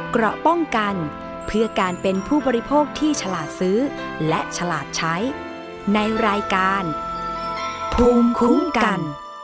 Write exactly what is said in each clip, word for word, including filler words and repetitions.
เกราะป้องกันเพื่อการเป็นผู้บริโภคที่ฉลาดซื้อและฉลาดใช้ในรายการภูมิคุ้มกัน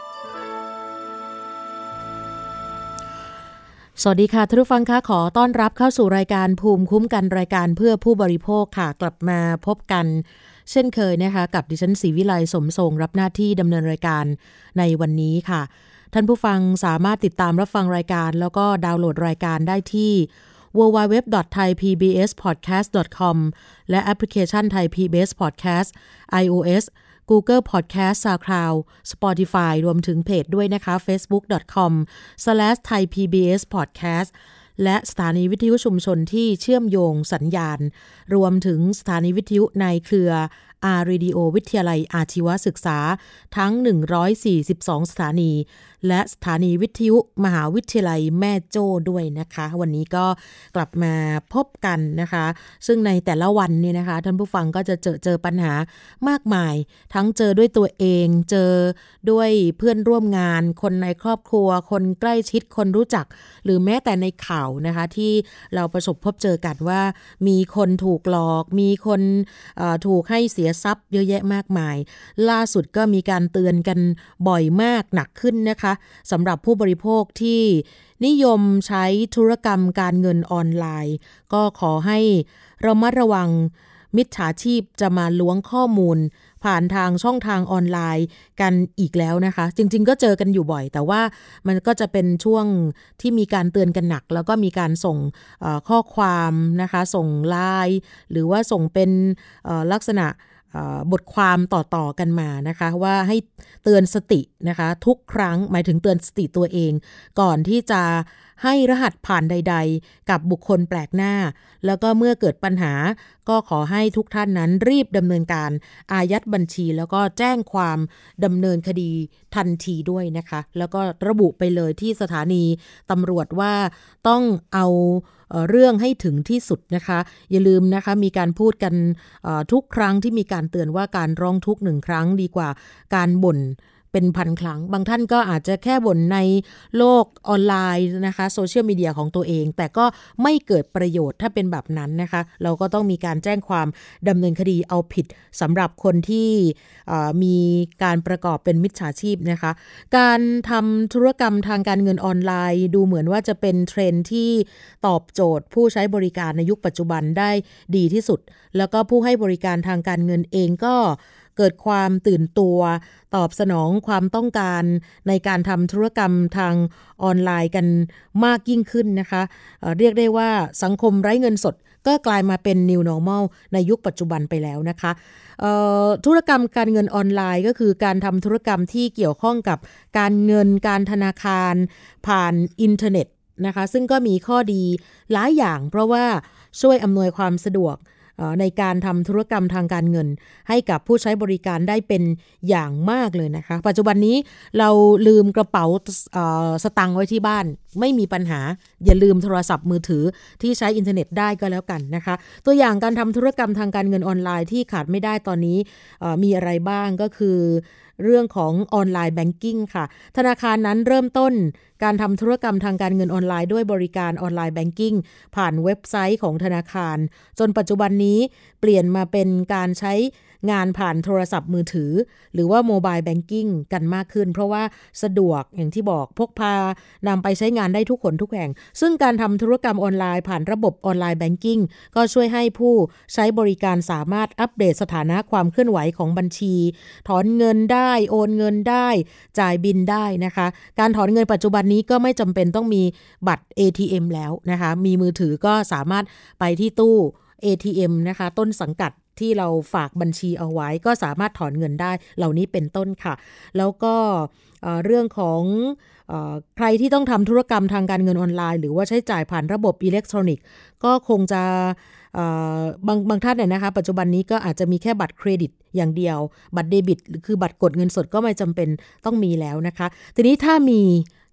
สวัสดีค่ะท่านผู้ฟังคะขอต้อนรับเข้าสู่รายการภูมิคุ้มกันรายการเพื่อผู้บริโภคค่ะกลับมาพบกันเช่นเคยนะคะกับดิฉันศรีวิไลสมทรงรับหน้าที่ดำเนินรายการในวันนี้ค่ะท่านผู้ฟังสามารถติดตามรับฟังรายการแล้วก็ดาวน์โหลดรายการได้ที่ ดับเบิลยู ดับเบิลยู ดับเบิลยู ดอท ไทย พี บี เอส พอดแคสต์ ดอท คอม และแอปพลิเคชัน Thai พี บี เอส Podcast iOS Google Podcast SoundCloud Spotify รวมถึงเพจด้วยนะคะ เฟซบุ๊ก ดอท คอม สแลช ไทย พี บี เอส พอดแคสต์ และสถานีวิทยุชุมชนที่เชื่อมโยงสัญญาณรวมถึงสถานีวิทยุในเครืออาร์เรดิโอวิทยาลัยอาชีวศึกษาทั้งหนึ่งร้อยสี่สิบสองสถานีและสถานีวิทยุมหาวิทยาลัยแม่โจ้ด้วยนะคะวันนี้ก็กลับมาพบกันนะคะซึ่งในแต่ละวันนี่นะคะท่านผู้ฟังก็จะเจอเจอปัญหามากมายทั้งเจอด้วยตัวเองเจอด้วยเพื่อนร่วมงานคนในครอบครัวคนใกล้ชิดคนรู้จักหรือแม้แต่ในข่าวนะคะที่เราประสบพบเจอกันว่ามีคนถูกหลอกมีคนเอ่อถูกให้เสียทรัพย์เยอะแยะมากมายล่าสุดก็มีการเตือนกันบ่อยมากหนักขึ้นนะคะสำหรับผู้บริโภคที่นิยมใช้ธุรกรรมการเงินออนไลน์ก็ขอให้ระมัดระวังมิจฉาชีพจะมาล้วงข้อมูลผ่านทางช่องทางออนไลน์กันอีกแล้วนะคะจริงๆก็เจอกันอยู่บ่อยแต่ว่ามันก็จะเป็นช่วงที่มีการเตือนกันหนักแล้วก็มีการส่งข้อความนะคะส่งไลน์หรือว่าส่งเป็นลักษณะบทความต่อๆกันมานะคะว่าให้เตือนสตินะคะทุกครั้งหมายถึงเตือนสติตัวเองก่อนที่จะให้รหัสผ่านใดๆกับบุคคลแปลกหน้าแล้วก็เมื่อเกิดปัญหาก็ขอให้ทุกท่านนั้นรีบดำเนินการอายัดบัญชีแล้วก็แจ้งความดำเนินคดีทันทีด้วยนะคะแล้วก็ระบุไปเลยที่สถานีตำรวจว่าต้องเอาเรื่องให้ถึงที่สุดนะคะอย่าลืมนะคะมีการพูดกันทุกครั้งที่มีการเตือนว่าการร้องทุกข์หนึ่งครั้งดีกว่าการบ่นเป็นพันครั้งบางท่านก็อาจจะแค่บ่นในโลกออนไลน์นะคะโซเชียลมีเดียของตัวเองแต่ก็ไม่เกิดประโยชน์ถ้าเป็นแบบนั้นนะคะเราก็ต้องมีการแจ้งความดำเนินคดีเอาผิดสำหรับคนที่มีการประกอบเป็นมิจฉาชีพนะคะการทำธุรกรรมทางการเงินออนไลน์ดูเหมือนว่าจะเป็นเทรนด์ที่ตอบโจทย์ผู้ใช้บริการในยุคปัจจุบันได้ดีที่สุดแล้วก็ผู้ให้บริการทางการเงินเองก็เกิดความตื่นตัวตอบสนองความต้องการในการทำธุรกรรมทางออนไลน์กันมากยิ่งขึ้นนะคะเอ่อเรียกได้ว่าสังคมไร้เงินสดก็กลายมาเป็น New Normal ในยุคปัจจุบันไปแล้วนะคะเอ่อธุรกรรมการเงินออนไลน์ก็คือการทำธุรกรรมที่เกี่ยวข้องกับการเงินการธนาคารผ่านอินเทอร์เน็ตนะคะซึ่งก็มีข้อดีหลายอย่างเพราะว่าช่วยอำนวยความสะดวกในการทำธุรกรรมทางการเงินให้กับผู้ใช้บริการได้เป็นอย่างมากเลยนะคะปัจจุบันนี้เราลืมกระเป๋าสตางค์ไว้ที่บ้านไม่มีปัญหาอย่าลืมโทรศัพท์มือถือที่ใช้อินเทอร์เน็ตได้ก็แล้วกันนะคะตัวอย่างการทำธุรกรรมทางการเงินออนไลน์ที่ขาดไม่ได้ตอนนี้มีอะไรบ้างก็คือเรื่องของออนไลน์แบงกิ้งค่ะธนาคารนั้นเริ่มต้นการทำธุรกรรมทางการเงินออนไลน์ด้วยบริการออนไลน์แบงกิ้งผ่านเว็บไซต์ของธนาคารจนปัจจุบันนี้เปลี่ยนมาเป็นการใช้งานผ่านโทรศัพท์มือถือหรือว่าโมบายแบงกิ้งกันมากขึ้นเพราะว่าสะดวกอย่างที่บอกพกพานำไปใช้งานได้ทุกคนทุกแห่งซึ่งการทำธุรกรรมออนไลน์ผ่านระบบออนไลน์แบงกิ้งก็ช่วยให้ผู้ใช้บริการสามารถอัปเดตสถานะความเคลื่อนไหวของบัญชีถอนเงินได้โอนเงินได้จ่ายบิลได้นะคะการถอนเงินปัจจุบันนี้ก็ไม่จำเป็นต้องมีบัตร เอ ที เอ็ม แล้วนะคะมีมือถือก็สามารถไปที่ตู้ เอ ที เอ็ม นะคะต้นสังกัดที่เราฝากบัญชีเอาไว้ก็สามารถถอนเงินได้เหล่านี้เป็นต้นค่ะแล้วก็เรื่องของใครที่ต้องทำธุรกรรมทางการเงินออนไลน์หรือว่าใช้จ่ายผ่านระบบอิเล็กทรอนิกส์ก็คงจะบางบางท่านเนี่ยนะคะปัจจุบันนี้ก็อาจจะมีแค่บัตรเครดิตอย่างเดียวบัตรเดบิตคือบัตรกดเงินสดก็ไม่จำเป็นต้องมีแล้วนะคะทีนี้ถ้ามี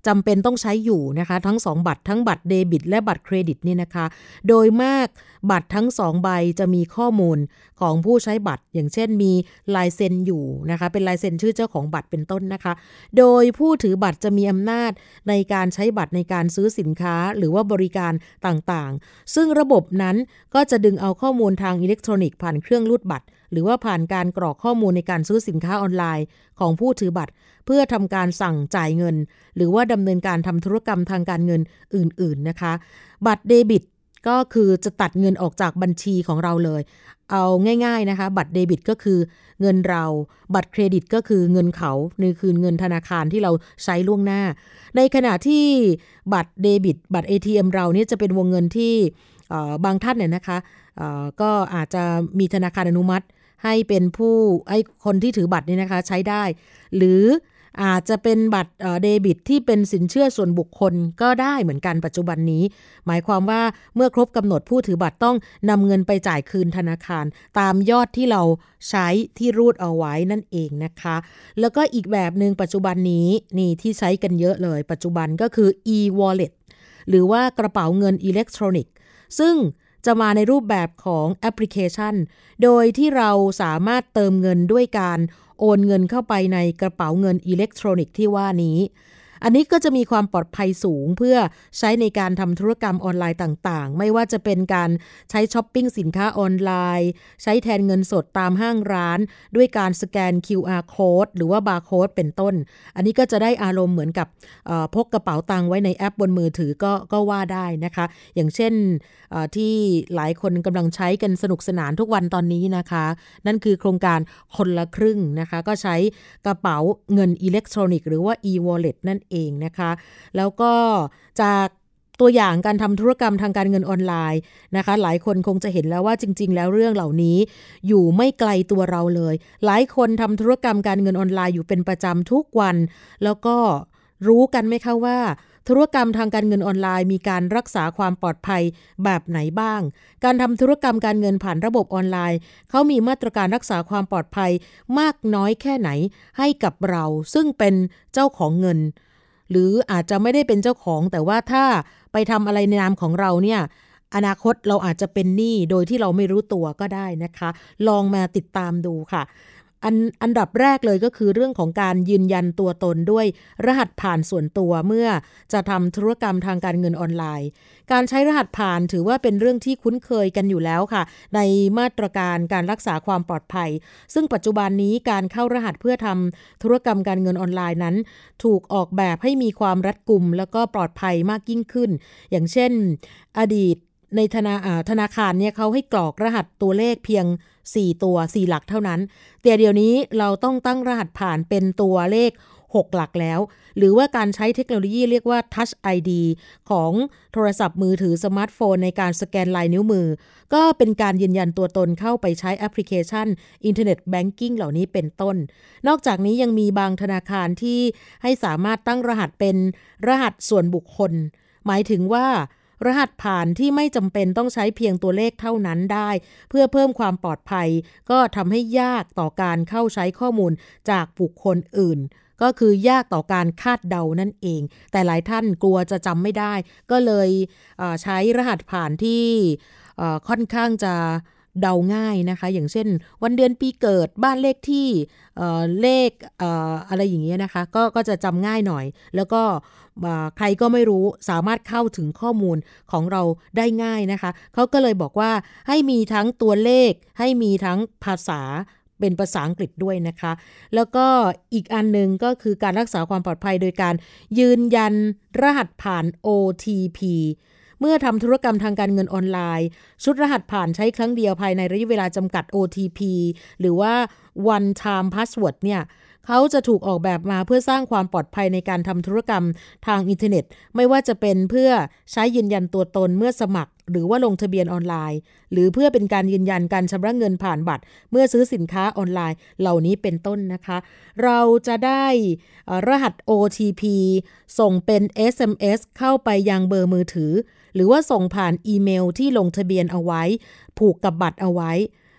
จำเป็นต้องใช้อยู่นะคะทั้งสองบัตรทั้งบัตรเดบิตและบัตรเครดิตนี่นะคะโดยมากบัตรทั้งสองใบจะมีข้อมูลของผู้ใช้บัตรอย่างเช่นมีลายเซ็นอยู่นะคะเป็นลายเซ็นชื่อเจ้าของบัตรเป็นต้นนะคะโดยผู้ถือบัตรจะมีอำนาจในการใช้บัตรในการซื้อสินค้าหรือว่าบริการต่างๆซึ่งระบบนั้นก็จะดึงเอาข้อมูลทางอิเล็กทรอนิกส์ผ่านเครื่องรูดบัตรหรือว่าผ่านการกรอกข้อมูลในการซื้อสินค้าออนไลน์ของผู้ถือบัตรเพื่อทำการสั่งจ่ายเงินหรือว่าดำเนินการทำธุรกรรมทางการเงินอื่นๆนะคะบัตรเดบิตก็คือจะตัดเงินออกจากบัญชีของเราเลยเอาง่ายๆนะคะบัตรเดบิตก็คือเงินเราบัตรเครดิตก็คือเงินเขานี่คือเงินธนาคารที่เราใช้ล่วงหน้าในขณะที่บัตรเดบิตบัตร เอ ที เอ็ม เราเนี่ยจะเป็นวงเงินที่บางท่านเนี่ยนะคะก็อาจจะมีธนาคารอนุมัติให้เป็นผู้ไอ้คนที่ถือบัตรนี่นะคะใช้ได้หรืออาจจะเป็นบัตรเดบิตที่เป็นสินเชื่อส่วนบุคคลก็ได้เหมือนกันปัจจุบันนี้หมายความว่าเมื่อครบกำหนดผู้ถือบัตรต้องนำเงินไปจ่ายคืนธนาคารตามยอดที่เราใช้ที่รูดเอาไว้นั่นเองนะคะแล้วก็อีกแบบนึงปัจจุบันนี้นี่ที่ใช้กันเยอะเลยปัจจุบันก็คือ e-wallet หรือว่ากระเป๋าเงินอิเล็กทรอนิกส์ซึ่งจะมาในรูปแบบของแอปพลิเคชันโดยที่เราสามารถเติมเงินด้วยการโอนเงินเข้าไปในกระเป๋าเงินอิเล็กทรอนิกส์ที่ว่านี้อันนี้ก็จะมีความปลอดภัยสูงเพื่อใช้ในการทำธุรกรรมออนไลน์ต่างๆไม่ว่าจะเป็นการใช้ช้อปปิ้งสินค้าออนไลน์ใช้แทนเงินสดตามห้างร้านด้วยการสแกน คิว อาร์ Code หรือว่า Barcode เป็นต้นอันนี้ก็จะได้อารมณ์เหมือนกับพกกระเป๋าตังค์ไว้ในแอปบนมือถือก็ก็ว่าได้นะคะอย่างเช่นที่หลายคนกำลังใช้กันสนุกสนานทุกวันตอนนี้นะคะนั่นคือโครงการคนละครึ่งนะคะก็ใช้กระเป๋าเงินอิเล็กทรอนิกส์หรือว่า e-wallet นั่นเองนะคะแล้วก็จากตัวอย่างการทำธุรกรรมทางการเงินออนไลน์นะคะหลายคนคงจะเห็นแล้วว่าจริงๆแล้วเรื่องเหล่านี้อยู่ไม่ไกลตัวเราเลยหลายคนทำธุรกรรมการเงินออนไลน์อยู่เป็นประจำทุกวันแล้วก็รู้กันไหมคะว่าธุรกรรมทางการเงินออนไลน์มีการรักษาความปลอดภัยแบบไหนบ้างการทำธุรกรรมการเงินผ่านระบบออนไลน์เขามีมาตรการรักษาความปลอดภัยมากน้อยแค่ไหนให้กับเราซึ่งเป็นเจ้าของเงินหรืออาจจะไม่ได้เป็นเจ้าของแต่ว่าถ้าไปทำอะไรในนามของเราเนี่ยอนาคตเราอาจจะเป็นหนี้โดยที่เราไม่รู้ตัวก็ได้นะคะลองมาติดตามดูค่ะอันอันดับแรกเลยก็คือเรื่องของการยืนยันตัวตนด้วยรหัสผ่านส่วนตัวเมื่อจะทำธุรกรรมทางการเงินออนไลน์การใช้รหัสผ่านถือว่าเป็นเรื่องที่คุ้นเคยกันอยู่แล้วค่ะในมาตรการการรักษาความปลอดภัยซึ่งปัจจุบันนี้การเข้ารหัสเพื่อทำธุรกรรมการเงินออนไลน์นั้นถูกออกแบบให้มีความรัดกุมแล้วก็ปลอดภัยมากยิ่งขึ้นอย่างเช่นอดีตในธนาธนาคารเนี่ยเขาให้กรอกรหัสตัวเลขเพียงสี่ตัวสี่หลักเท่านั้นแต่เดี๋ยวนี้เราต้องตั้งรหัสผ่านเป็นตัวเลขหกหลักแล้วหรือว่าการใช้เทคโนโลยีเรียกว่า Touch ไอ ดี ของโทรศัพท์มือถือสมาร์ทโฟนในการสแกนลายนิ้วมือก็เป็นการยืนยันตัวตนเข้าไปใช้แอปพลิเคชันอินเทอร์เน็ตแบงกิ้งเหล่านี้เป็นต้นนอกจากนี้ยังมีบางธนาคารที่ให้สามารถตั้งรหัสเป็นรหัสส่วนบุคคลหมายถึงว่ารหัสผ่านที่ไม่จำเป็นต้องใช้เพียงตัวเลขเท่านั้นได้เพื่อเพิ่มความปลอดภัยก็ทำให้ยากต่อการเข้าใช้ข้อมูลจากบุคคลอื่นก็คือยากต่อการคาดเดานั่นเองแต่หลายท่านกลัวจะจำไม่ได้ก็เลยใช้รหัสผ่านที่ค่อนข้างจะเดาง่ายนะคะอย่างเช่นวันเดือนปีเกิดบ้านเลขที่เอ่อเลขเอ่ออะไรอย่างเงี้ยนะคะก็ก็จะจำง่ายหน่อยแล้วก็ใครก็ไม่รู้สามารถเข้าถึงข้อมูลของเราได้ง่ายนะคะเขาก็เลยบอกว่าให้มีทั้งตัวเลขให้มีทั้งภาษาเป็นภาษาอังกฤษด้วยนะคะแล้วก็อีกอันนึงก็คือการรักษาความปลอดภัยโดยการยืนยันรหัสผ่าน โอ ที พี เมื่อทำธุรกรรมทางการเงินออนไลน์ชุดรหัสผ่านใช้ครั้งเดียวภายในระยะเวลาจำกัด โอ ที พี หรือว่า one time password เนี่ยเขาจะถูกออกแบบมาเพื่อสร้างความปลอดภัยในการทำธุรกรรมทางอินเทอร์เน็ตไม่ว่าจะเป็นเพื่อใช้ยืนยันตัวตนเมื่อสมัครหรือว่าลงทะเบียนออนไลน์หรือเพื่อเป็นการยืนยันการชำระเงินผ่านบัตรเมื่อซื้อสินค้าออนไลน์เหล่านี้เป็นต้นนะคะเราจะได้รหัส โอ ที พี ส่งเป็น เอส เอ็ม เอส เข้าไปยังเบอร์มือถือหรือว่าส่งผ่านอีเมลที่ลงทะเบียนเอาไว้ผูกกับบัตรเอาไว้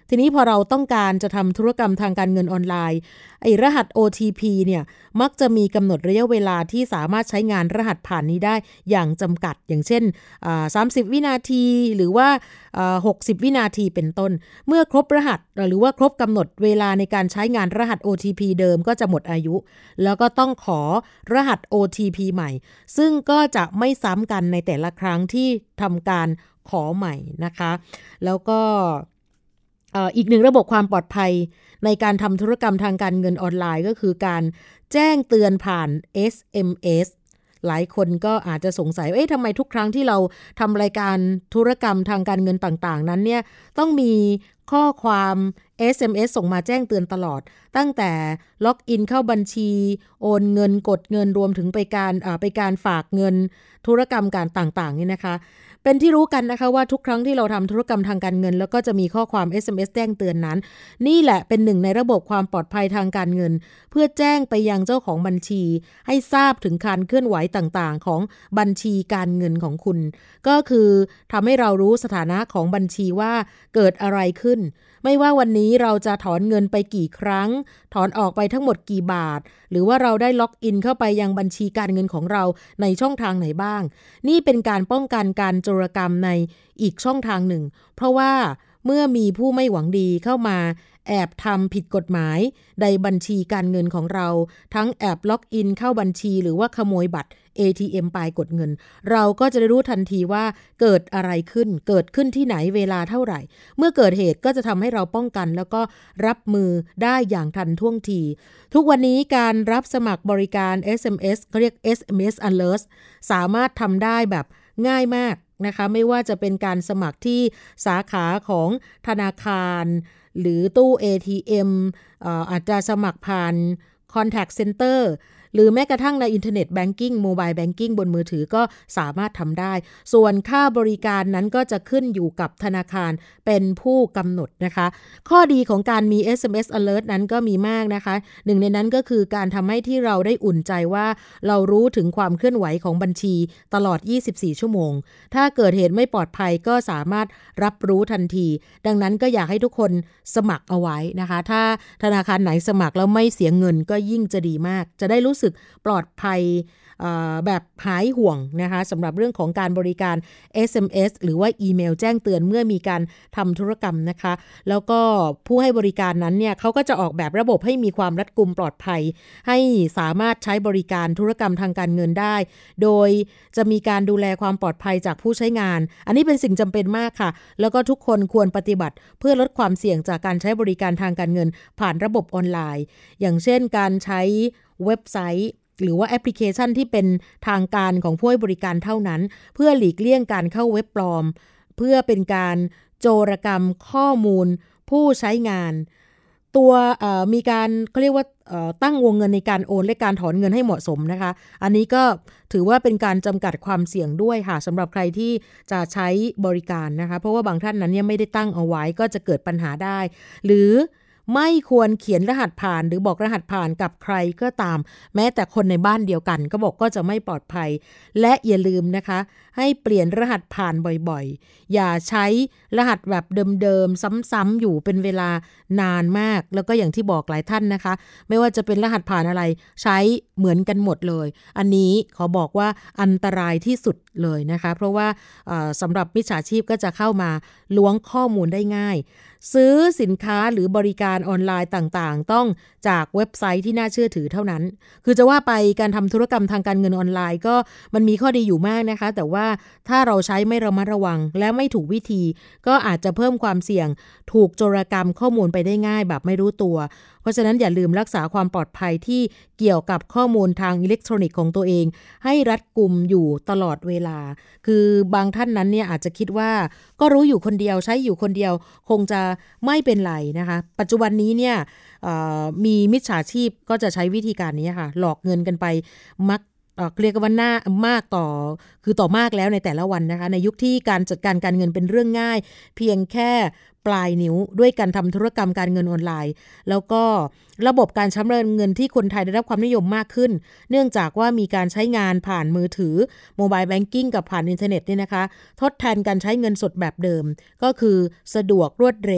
ทีนี้พอเราต้องการจะทำธุรกรรมทางการเงินออนไลน์ไอ้รหัส โอ ที พี เนี่ยมักจะมีกำหนดระยะเวลาที่สามารถใช้งานรหัสผ่านนี้ได้อย่างจำกัดอย่างเช่นสามสิบวินาทีหรือว่าหกสิบวินาทีเป็นต้นเมื่อครบรหัสหรือว่าครบกำหนดเวลาในการใช้งานรหัส โอ ที พี เดิมก็จะหมดอายุแล้วก็ต้องขอรหัส โอ ที พี ใหม่ซึ่งก็จะไม่ซ้ำกันในแต่ละครั้งที่ทำการขอใหม่นะคะแล้วก็อีกหนึ่งระบบความปลอดภัยในการทำธุรกรรมทางการเงินออนไลน์ก็คือการแจ้งเตือนผ่าน เอส เอ็ม เอส หลายคนก็อาจจะสงสัยว่าเอ๊ะทำไมทุกครั้งที่เราทำรายการธุรกรรมทางการเงินต่างๆนั้นเนี่ยต้องมีข้อความ เอส เอ็ม เอส ส่งมาแจ้งเตือนตลอดตั้งแต่ล็อกอินเข้าบัญชีโอนเงินกดเงินรวมถึงไปการอ่าไปการฝากเงินธุรกรรมการต่างๆนี่นะคะเป็นที่รู้กันนะคะว่าทุกครั้งที่เราทำธุรกรรมทางการเงินแล้วก็จะมีข้อความ เอส เอ็ม เอส แจ้งเตือนนั้นนี่แหละเป็นหนึ่งในระบบความปลอดภัยทางการเงินเพื่อแจ้งไปยังเจ้าของบัญชีให้ทราบถึงการเคลื่อนไหวต่างๆของบัญชีการเงินของคุณก็คือทำให้เรารู้สถานะของบัญชีว่าเกิดอะไรขึ้นไม่ว่าวันนี้เราจะถอนเงินไปกี่ครั้งถอนออกไปทั้งหมดกี่บาทหรือว่าเราได้ล็อกอินเข้าไปยังบัญชีการเงินของเราในช่องทางไหนบ้างนี่เป็นการป้องกันการโจรกรรมในอีกช่องทางหนึ่งเพราะว่าเมื่อมีผู้ไม่หวังดีเข้ามาแอบทำผิดกฎหมายในบัญชีการเงินของเราทั้งแอบล็อกอินเข้าบัญชีหรือว่าขโมยบัตร เอ ที เอ็ม ไปกดเงินเราก็จะได้รู้ทันทีว่าเกิดอะไรขึ้นเกิดขึ้นที่ไหนเวลาเท่าไหร่เมื่อเกิดเหตุก็จะทำให้เราป้องกันแล้วก็รับมือได้อย่างทันท่วงทีทุกวันนี้การรับสมัครบริการ เอส เอ็ม เอส เขาเรียก เอส เอ็ม เอส Alert สามารถทำได้แบบง่ายมากนะคะไม่ว่าจะเป็นการสมัครที่สาขาของธนาคารหรือตู้ เอ ที เอ็ม เอ่ออาจจะสมัครผ่าน Contact Center หรือแม้กระทั่งในอินเทอร์เน็ตแบงกิ้งโมบายแบงกิ้งบนมือถือก็สามารถทำได้ส่วนค่าบริการนั้นก็จะขึ้นอยู่กับธนาคารเป็นผู้กำหนดนะคะข้อดีของการมี เอส เอ็ม เอส Alert นั้นก็มีมากนะคะหนึ่งในนั้นก็คือการทำให้ที่เราได้อุ่นใจว่าเรารู้ถึงความเคลื่อนไหวของบัญชีตลอดยี่สิบสี่ชั่วโมงถ้าเกิดเหตุไม่ปลอดภัยก็สามารถรับรู้ทันทีดังนั้นก็อยากให้ทุกคนสมัครเอาไว้นะคะถ้าธนาคารไหนสมัครแล้วไม่เสียเงินก็ยิ่งจะดีมากจะได้รู้สึกปลอดภัยแบบหายห่วงนะคะสำหรับเรื่องของการบริการ เอส เอ็ม เอส หรือว่าอีเมลแจ้งเตือนเมื่อมีการทำธุรกรรมนะคะแล้วก็ผู้ให้บริการนั้นเนี่ยเขาก็จะออกแบบระบบให้มีความรัดกุมปลอดภัยให้สามารถใช้บริการธุรกรรมทางการเงินได้โดยจะมีการดูแลความปลอดภัยจากผู้ใช้งานอันนี้เป็นสิ่งจำเป็นมากค่ะแล้วก็ทุกคนควรปฏิบัติเพื่อลดความเสี่ยงจากการใช้บริการทางการเงินผ่านระบบออนไลน์อย่างเช่นการใช้เว็บไซต์หรือว่าแอปพลิเคชันที่เป็นทางการของผู้ให้บริการเท่านั้นเพื่อหลีกเลี่ยงการเข้าเว็บปลอมเพื่อเป็นการโจรกรรมข้อมูลผู้ใช้งานตัวมีการเขาเรียกว่าตั้งวงเงินในการโอนและการถอนเงินให้เหมาะสมนะคะอันนี้ก็ถือว่าเป็นการจำกัดความเสี่ยงด้วยค่ะสำหรับใครที่จะใช้บริการนะคะเพราะว่าบางท่านนั้นเนี่ยไม่ได้ตั้งเอาไว้ก็จะเกิดปัญหาได้หรือไม่ควรเขียนรหัสผ่านหรือบอกรหัสผ่านกับใครก็ตามแม้แต่คนในบ้านเดียวกันก็บอกก็จะไม่ปลอดภัยและอย่าลืมนะคะให้เปลี่ยนรหัสผ่านบ่อยๆอย่าใช้รหัสแบบเดิมๆซ้ำๆอยู่เป็นเวลานานมากแล้วก็อย่างที่บอกหลายท่านนะคะไม่ว่าจะเป็นรหัสผ่านอะไรใช้เหมือนกันหมดเลยอันนี้ขอบอกว่าอันตรายที่สุดเลยนะคะเพราะว่าสำหรับมิจฉาชีพก็จะเข้ามาล้วงข้อมูลได้ง่ายซื้อสินค้าหรือบริการออนไลน์ต่างๆต้องจากเว็บไซต์ที่น่าเชื่อถือเท่านั้นคือจะว่าไปการทำธุรกรรมทางการเงินออนไลน์ก็มันมีข้อดีอยู่มากนะคะแต่ว่าถ้าเราใช้ไม่ระมัดระวังและไม่ถูกวิธีก็อาจจะเพิ่มความเสี่ยงถูกโจรกรรมข้อมูลไปได้ง่ายแบบไม่รู้ตัวเพราะฉะนั้นอย่าลืมรักษาความปลอดภัยที่เกี่ยวกับข้อมูลทางอิเล็กทรอนิกส์ของตัวเองให้รัดกุมอยู่ตลอดเวลาคือบางท่านนั้นเนี่ยอาจจะคิดว่าก็รู้อยู่คนเดียวใช้อยู่คนเดียวคงจะไม่เป็นไรนะคะปัจจุบันนี้เนี่ยมีมิจฉาชีพก็จะใช้วิธีการนี้ค่ะหลอกเงินกันไปมักเรียกว่าหน้ามากต่อคือต่อมากแล้วในแต่ละวันนะคะในยุคที่การจัดการการเงินเป็นเรื่องง่ายเพียงแค่ปลายนิ้วด้วยการทำธุรกรรมการเงินออนไลน์แล้วก็ระบบการชำระเงินที่คนไทยได้รับความนิยมมากขึ้นเนื่องจากว่ามีการใช้งานผ่านมือถือโมบายแบงกิ้งกับผ่านอินเทอร์เน็ตเนี่ยนะคะทดแทนการใช้เงินสดแบบเดิมก็คือสะดวกรวดเร็ว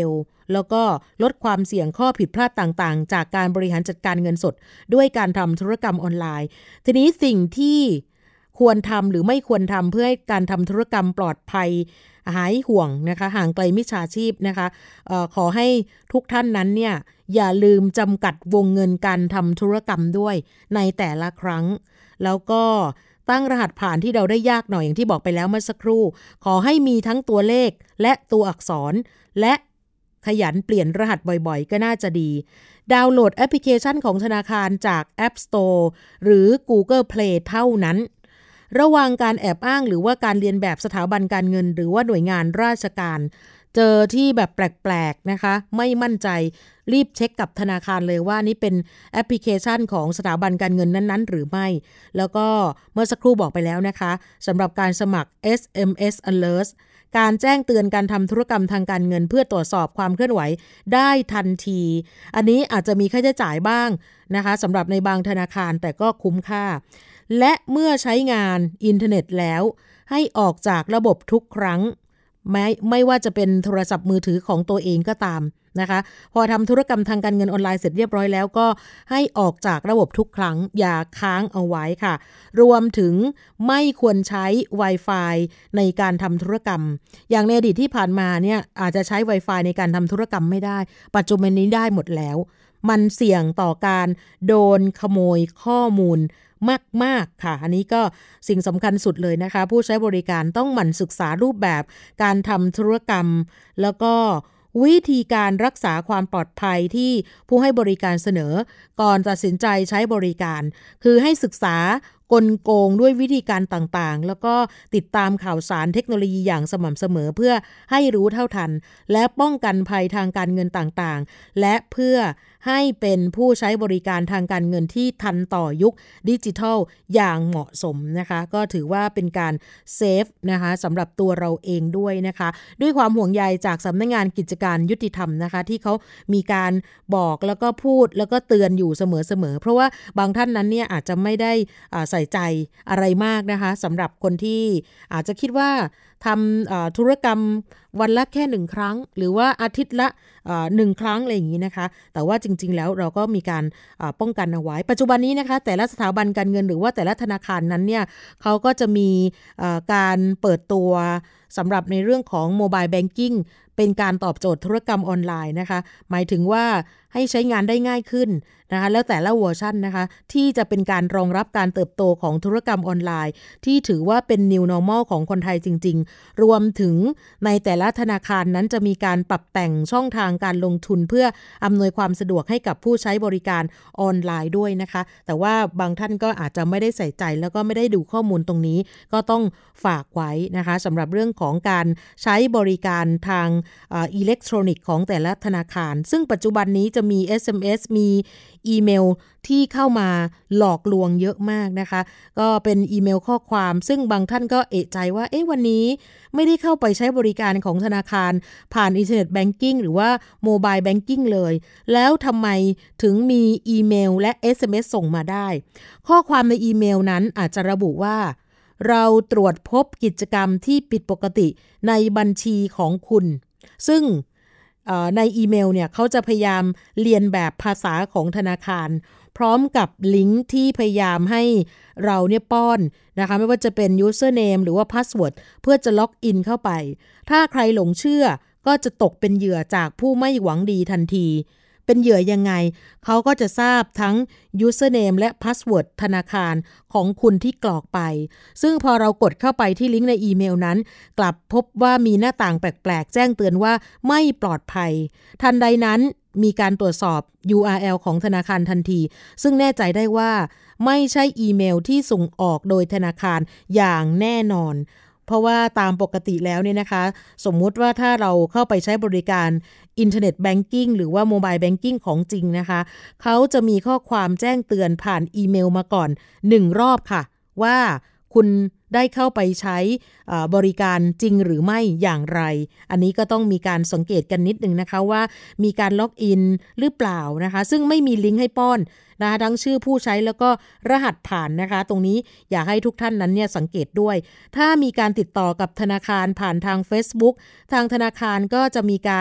แล้วก็ลดความเสี่ยงข้อผิดพลาดต่างๆจากการบริหารจัดการเงินสดด้วยการทำธุรกรรมออนไลน์ทีนี้สิ่งที่ควรทำหรือไม่ควรทำเพื่อให้การทำธุรกรรมปลอดภัยหายห่วงนะคะห่างไกลมิจฉาชีพนะคะเอ่อขอให้ทุกท่านนั้นเนี่ยอย่าลืมจำกัดวงเงินการทำธุรกรรมด้วยในแต่ละครั้งแล้วก็ตั้งรหัสผ่านที่เราได้ยากหน่อยอย่างที่บอกไปแล้วเมื่อสักครู่ขอให้มีทั้งตัวเลขและตัวอักษรและขยันเปลี่ยนรหัสบ่อยๆก็น่าจะดีดาวน์โหลดแอปพลิเคชันของธนาคารจาก App Store หรือ Google Play เท่านั้นระวังการแอบอ้างหรือว่าการเรียนแบบสถาบันการเงินหรือว่าหน่วยงานราชการเจอที่แบบแปลกๆนะคะไม่มั่นใจรีบเช็คกับธนาคารเลยว่านี่เป็นแอปพลิเคชันของสถาบันการเงินนั้นๆหรือไม่แล้วก็เมื่อสักครู่บอกไปแล้วนะคะสำหรับการสมัคร เอส เอ็ม เอส Alert การแจ้งเตือนการทำธุรกรรมทางการเงินเพื่อตรวจสอบความเคลื่อนไหวได้ทันทีอันนี้อาจจะมีค่าใช้จ่ายบ้างนะคะสำหรับในบางธนาคารแต่ก็คุ้มค่าและเมื่อใช้งานอินเทอร์เน็ตแล้วให้ออกจากระบบทุกครั้งไม่ไม่ว่าจะเป็นโทรศัพท์มือถือของตัวเองก็ตามนะคะพอทำธุรกรรมทางการเงินออนไลน์เสร็จเรียบร้อยแล้วก็ให้ออกจากระบบทุกครั้งอย่าค้างเอาไว้ค่ะรวมถึงไม่ควรใช้ Wi-Fi ในการทำธุรกรรมอย่างในอดีตที่ผ่านมาเนี่ยอาจจะใช้ Wi-Fi ในการทำธุรกรรมไม่ได้ปัจจุบันนี้ได้หมดแล้วมันเสี่ยงต่อการโดนขโมยข้อมูลมากๆค่ะอันนี้ก็สิ่งสำคัญสุดเลยนะคะผู้ใช้บริการต้องหมั่นศึกษารูปแบบการทำธุรกรรมแล้วก็วิธีการรักษาความปลอดภัยที่ผู้ให้บริการเสนอก่อนตัดสินใจใช้บริการคือให้ศึกษากลโกงด้วยวิธีการต่างๆแล้วก็ติดตามข่าวสารเทคโนโลยีอย่างสม่ำเสมอเพื่อให้รู้เท่าทันและป้องกันภัยทางการเงินต่างๆและเพื่อให้เป็นผู้ใช้บริการทางการเงินที่ทันต่อยุคดิจิทัลอย่างเหมาะสมนะคะก็ถือว่าเป็นการเซฟนะคะสำหรับตัวเราเองด้วยนะคะด้วยความห่วงใยจากสำนักงานกิจการยุติธรรมนะคะที่เขามีการบอกแล้วก็พูดแล้วก็เตือนอยู่เสมอๆเพราะว่าบางท่านนั้นเนี่ยอาจจะไม่ได้ใส่ใจอะไรมากนะคะสำหรับคนที่อาจจะคิดว่าทำธุรกรรมวันละแค่หนึ่งครั้งหรือว่าอาทิตย์ละหนึ่งครั้งอะไรอย่างนี้นะคะแต่ว่าจริงๆแล้วเราก็มีการป้องกันเอาไว้ปัจจุบันนี้นะคะแต่ละสถาบันการเงินหรือว่าแต่ละธนาคารนั้นเนี่ยเขาก็จะมีการเปิดตัวสำหรับในเรื่องของโมบายแบงกิ้งเป็นการตอบโจทย์ธุรกรรมออนไลน์นะคะหมายถึงว่าให้ใช้งานได้ง่ายขึ้นนะคะแล้วแต่ละเวอร์ชันนะคะที่จะเป็นการรองรับการเติบโตของธุรกรรมออนไลน์ที่ถือว่าเป็น New Normal ของคนไทยจริงๆรวมถึงในแต่ละธนาคารนั้นจะมีการปรับแต่งช่องทางการลงทุนเพื่ออำนวยความสะดวกให้กับผู้ใช้บริการออนไลน์ด้วยนะคะแต่ว่าบางท่านก็อาจจะไม่ได้ใส่ใจแล้วก็ไม่ได้ดูข้อมูลตรงนี้ก็ต้องฝากไว้นะคะสำหรับเรื่องของการใช้บริการทางอิเล็กทรอนิกส์ของแต่ละธนาคารซึ่งปัจจุบันนี้จะมี เอส เอ็ม เอส มีอีเมลที่เข้ามาหลอกลวงเยอะมากนะคะก็เป็นอีเมลข้อความซึ่งบางท่านก็เอะใจว่าเอ๊ะวันนี้ไม่ได้เข้าไปใช้บริการของธนาคารผ่านอินเทอร์เน็ตแบงกิ้งหรือว่าโมบายแบงกิ้งเลยแล้วทำไมถึงมีอีเมลและ เอส เอ็ม เอส ส่งมาได้ข้อความในอีเมลนั้นอาจจะระบุว่าเราตรวจพบกิจกรรมที่ผิดปกติในบัญชีของคุณซึ่งในอีเมลเนี่ยเขาจะพยายามเรียนแบบภาษาของธนาคารพร้อมกับลิงก์ที่พยายามให้เราเนี่ยป้อนนะคะไม่ว่าจะเป็น username หรือว่า password เพื่อจะล็อกอินเข้าไปถ้าใครหลงเชื่อก็จะตกเป็นเหยื่อจากผู้ไม่หวังดีทันทีเป็นเหยื่อยังไงเขาก็จะทราบทั้ง username และ password ธนาคารของคุณที่กรอกไปซึ่งพอเรากดเข้าไปที่ลิงก์ในอีเมลนั้นกลับพบว่ามีหน้าต่างแปลกๆแจ้งเตือนว่าไม่ปลอดภัยทันใดนั้นมีการตรวจสอบ ยู อาร์ แอล ของธนาคารทันทีซึ่งแน่ใจได้ว่าไม่ใช่อีเมลที่ส่งออกโดยธนาคารอย่างแน่นอนเพราะว่าตามปกติแล้วเนี่ยนะคะสมมุติว่าถ้าเราเข้าไปใช้บริการอินเทอร์เน็ตแบงกิ้งหรือว่าโมบายแบงกิ้งของจริงนะคะเขาจะมีข้อความแจ้งเตือนผ่านอีเมลมาก่อนหนึ่งรอบค่ะว่าคุณได้เข้าไปใช้บริการจริงหรือไม่อย่างไรอันนี้ก็ต้องมีการสังเกตกันนิดนึงนะคะว่ามีการล็อกอินหรือเปล่านะคะซึ่งไม่มีลิงก์ให้ป้อนนะคะทั้งชื่อผู้ใช้แล้วก็รหัสผ่านนะคะตรงนี้อยากให้ทุกท่านนั้นเนี่ยสังเกตด้วยถ้ามีการติดต่อกับธนาคารผ่านทาง Facebook ทางธนาคารก็จะมีการ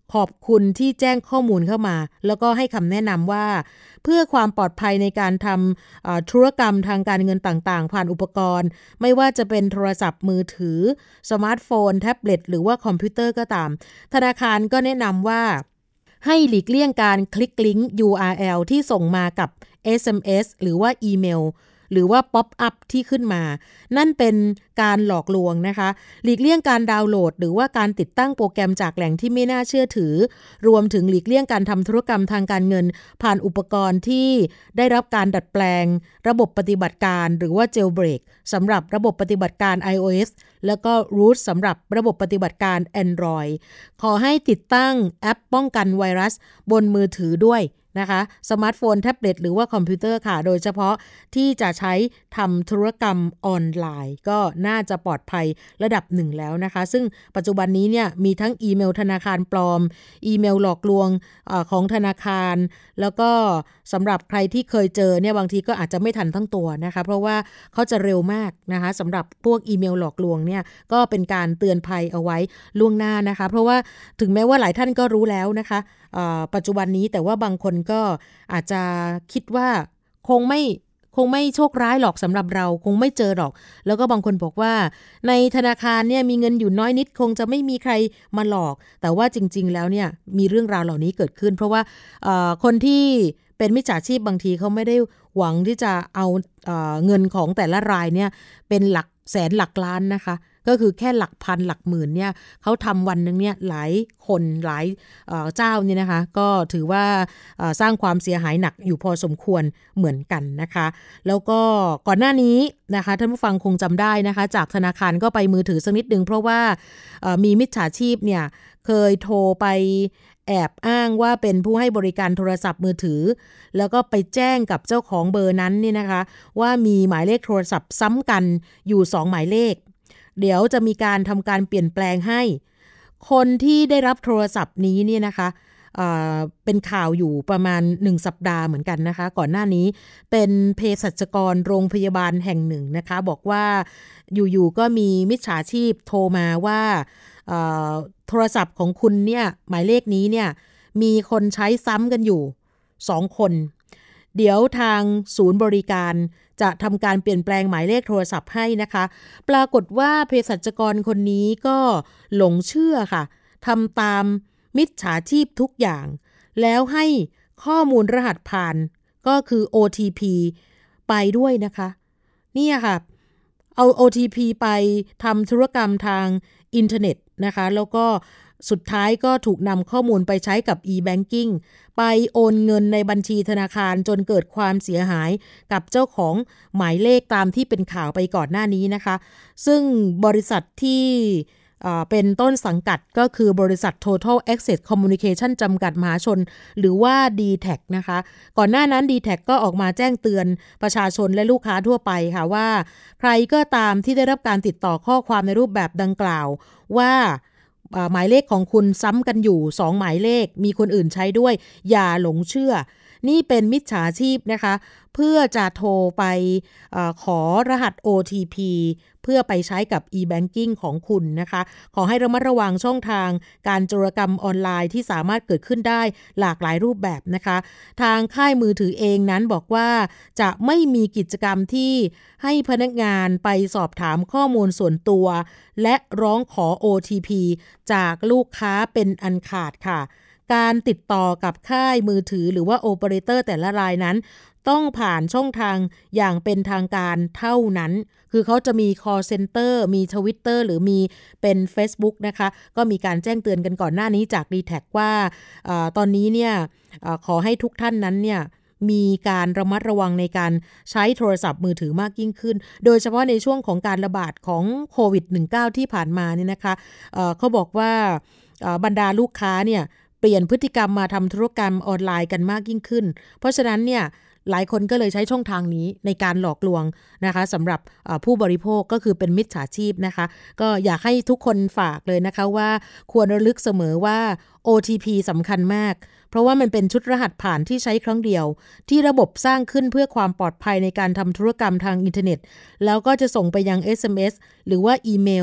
ขอบคุณที่แจ้งข้อมูลเข้ามาแล้วก็ให้คำแนะนำว่าเพื่อความปลอดภัยในการทำธุรกรรมทางการเงินต่างๆผ่านอุปกรณ์ไม่ว่าจะเป็นโทรศัพท์มือถือสมาร์ทโฟนแท็บเล็ตหรือว่าคอมพิวเตอร์ก็ตามธนาคารก็แนะนำว่าให้หลีกเลี่ยงการคลิกลิงก์ ยู อาร์ แอล ที่ส่งมากับ เอส เอ็ม เอส หรือว่าอีเมลหรือว่าป๊อปอัพที่ขึ้นมานั่นเป็นการหลอกลวงนะคะหลีกเลี่ยงการดาวน์โหลดหรือว่าการติดตั้งโปรแกรมจากแหล่งที่ไม่น่าเชื่อถือรวมถึงหลีกเลี่ยงการทำธุรกรรมทางการเงินผ่านอุปกรณ์ที่ได้รับการดัดแปลงระบบปฏิบัติการหรือว่า Jailbreak สำหรับระบบปฏิบัติการ iOS แล้วก็ Root สำหรับระบบปฏิบัติการ Android ขอให้ติดตั้งแอปป้องกันไวรัสบนมือถือด้วยนะคะสมาร์ทโฟนแท็บเล็ตหรือว่าคอมพิวเตอร์ค่ะโดยเฉพาะที่จะใช้ทำธุรกรรมออนไลน์ก็น่าจะปลอดภัยระดับหนึ่งแล้วนะคะซึ่งปัจจุบันนี้เนี่ยมีทั้งอีเมลธนาคารปลอมอีเมลหลอกลวงเอ่อของธนาคารแล้วก็สำหรับใครที่เคยเจอเนี่ยบางทีก็อาจจะไม่ทันทั้งตัวนะคะเพราะว่าเขาจะเร็วมากนะคะสำหรับพวกอีเมลหลอกลวงเนี่ยก็เป็นการเตือนภัยเอาไว้ล่วงหน้านะคะเพราะว่าถึงแม้ว่าหลายท่านก็รู้แล้วนะคะปัจจุบันนี้แต่ว่าบางคนก็อาจจะคิดว่าคงไม่คงไม่โชคร้ายหรอกสำหรับเราคงไม่เจอหรอกแล้วก็บางคนบอกว่าในธนาคารเนี่ยมีเงินอยู่น้อยนิดคงจะไม่มีใครมาหลอกแต่ว่าจริงๆแล้วเนี่ยมีเรื่องราวเหล่านี้เกิดขึ้นเพราะว่าคนที่เป็นมิจฉาชีพบางทีเขาไม่ได้หวังที่จะเอาเอ่อเงินของแต่ละรายเนี่ยเป็นหลักแสนหลักล้านนะคะก็คือแค่หลักพันหลักหมื่นเนี่ยเขาทำวันนึงเนี่ยหลายคนหลายเอ่อเจ้าเนี่ยนะคะก็ถือว่าเอ่อสร้างความเสียหายหนักอยู่พอสมควรเหมือนกันนะคะแล้วก็ก่อนหน้านี้นะคะท่านผู้ฟังคงจำได้นะคะจากธนาคารก็ไปมือถือสักนิดนึงเพราะว่าเอ่อมีมิจฉาชีพเนี่ยเคยโทรไปแอบอ้างว่าเป็นผู้ให้บริการโทรศัพท์มือถือแล้วก็ไปแจ้งกับเจ้าของเบอร์นั้นเนี่ยนะคะว่ามีหมายเลขโทรศัพท์ซ้ำกันอยู่สองหมายเลขเดี๋ยวจะมีการทำการเปลี่ยนแปลงให้คนที่ได้รับโทรศัพท์นี้เนี่ยนะคะเอ่อเป็นข่าวอยู่ประมาณหนึ่งสัปดาห์เหมือนกันนะคะก่อนหน้านี้เป็นเภสัชกรโรงพยาบาลแห่งหนึ่งนะคะบอกว่าอยู่ๆก็มีมิจฉาชีพโทรมาว่าเอ่อโทรศัพท์ของคุณเนี่ยหมายเลขนี้เนี่ยมีคนใช้ซ้ำกันอยู่สองคนเดี๋ยวทางศูนย์บริการจะทำการเปลี่ยนแปลงหมายเลขโทรศัพท์ให้นะคะปรากฏว่าเภสัชกรคนนี้ก็หลงเชื่อค่ะทำตามมิจฉาชีพทุกอย่างแล้วให้ข้อมูลรหัสผ่านก็คือ โอ ที พี ไปด้วยนะคะนี่ค่ะเอา โอ ที พี ไปทำธุรกรรมทางอินเทอร์เน็ตนะคะแล้วก็สุดท้ายก็ถูกนำข้อมูลไปใช้กับ e-banking ไปโอนเงินในบัญชีธนาคารจนเกิดความเสียหายกับเจ้าของหมายเลขตามที่เป็นข่าวไปก่อนหน้านี้นะคะซึ่งบริษัทที่เป็นต้นสังกัดก็คือบริษัท Total Access Communication จำกัดมหาชนหรือว่า ดี แท็ก นะคะก่อนหน้านั้น ดี แท็ก ก็ออกมาแจ้งเตือนประชาชนและลูกค้าทั่วไปค่ะว่าใครก็ตามที่ได้รับการติดต่อข้อความในรูปแบบดังกล่าวว่าหมายเลขของคุณซ้ำกันอยู่สองหมายเลขมีคนอื่นใช้ด้วยอย่าหลงเชื่อนี่เป็นมิจฉาชีพนะคะเพื่อจะโทรไปเอ่อขอรหัส โอ ที พี เพื่อไปใช้กับ e-banking ของคุณนะคะขอให้ระมัดระวังช่องทางการโจรกรรมออนไลน์ที่สามารถเกิดขึ้นได้หลากหลายรูปแบบนะคะทางค่ายมือถือเองนั้นบอกว่าจะไม่มีกิจกรรมที่ให้พนักงานไปสอบถามข้อมูลส่วนตัวและร้องขอ โอ ที พี จากลูกค้าเป็นอันขาดค่ะการติดต่อกับค่ายมือถือหรือว่าโอเปอเรเตอร์แต่ละรายนั้นต้องผ่านช่องทางอย่างเป็นทางการเท่านั้นคือเขาจะมี call center มี Twitter หรือมีเป็น Facebook นะคะก็มีการแจ้งเตือนกันก่อนหน้านี้จาก ดี แท็ก ว่าเอ่อตอนนี้เนี่ยเอ่อขอให้ทุกท่านนั้นเนี่ยมีการระมัดระวังในการใช้โทรศัพท์มือถือมากยิ่งขึ้นโดยเฉพาะในช่วงของการระบาดของโควิด สิบเก้า ที่ผ่านมาเนี่ยนะคะเอ่อเขาบอกว่าเอ่อบรรดาลูกค้าเนี่ยเปลี่ยนพฤติกรรมมาทำธุรกรรมออนไลน์กันมากยิ่งขึ้นเพราะฉะนั้นเนี่ยหลายคนก็เลยใช้ช่องทางนี้ในการหลอกลวงนะคะสำหรับผู้บริโภคก็คือเป็นมิจฉาชีพนะคะก็อยากให้ทุกคนฝากเลยนะคะว่าควรระลึกเสมอว่า โอ ที พี สำคัญมากเพราะว่ามันเป็นชุดรหัสผ่านที่ใช้ครั้งเดียวที่ระบบสร้างขึ้นเพื่อความปลอดภัยในการทำธุรกรรมทางอินเทอร์เน็ตแล้วก็จะส่งไปยัง เอส เอ็ม เอส หรือว่าอีเมล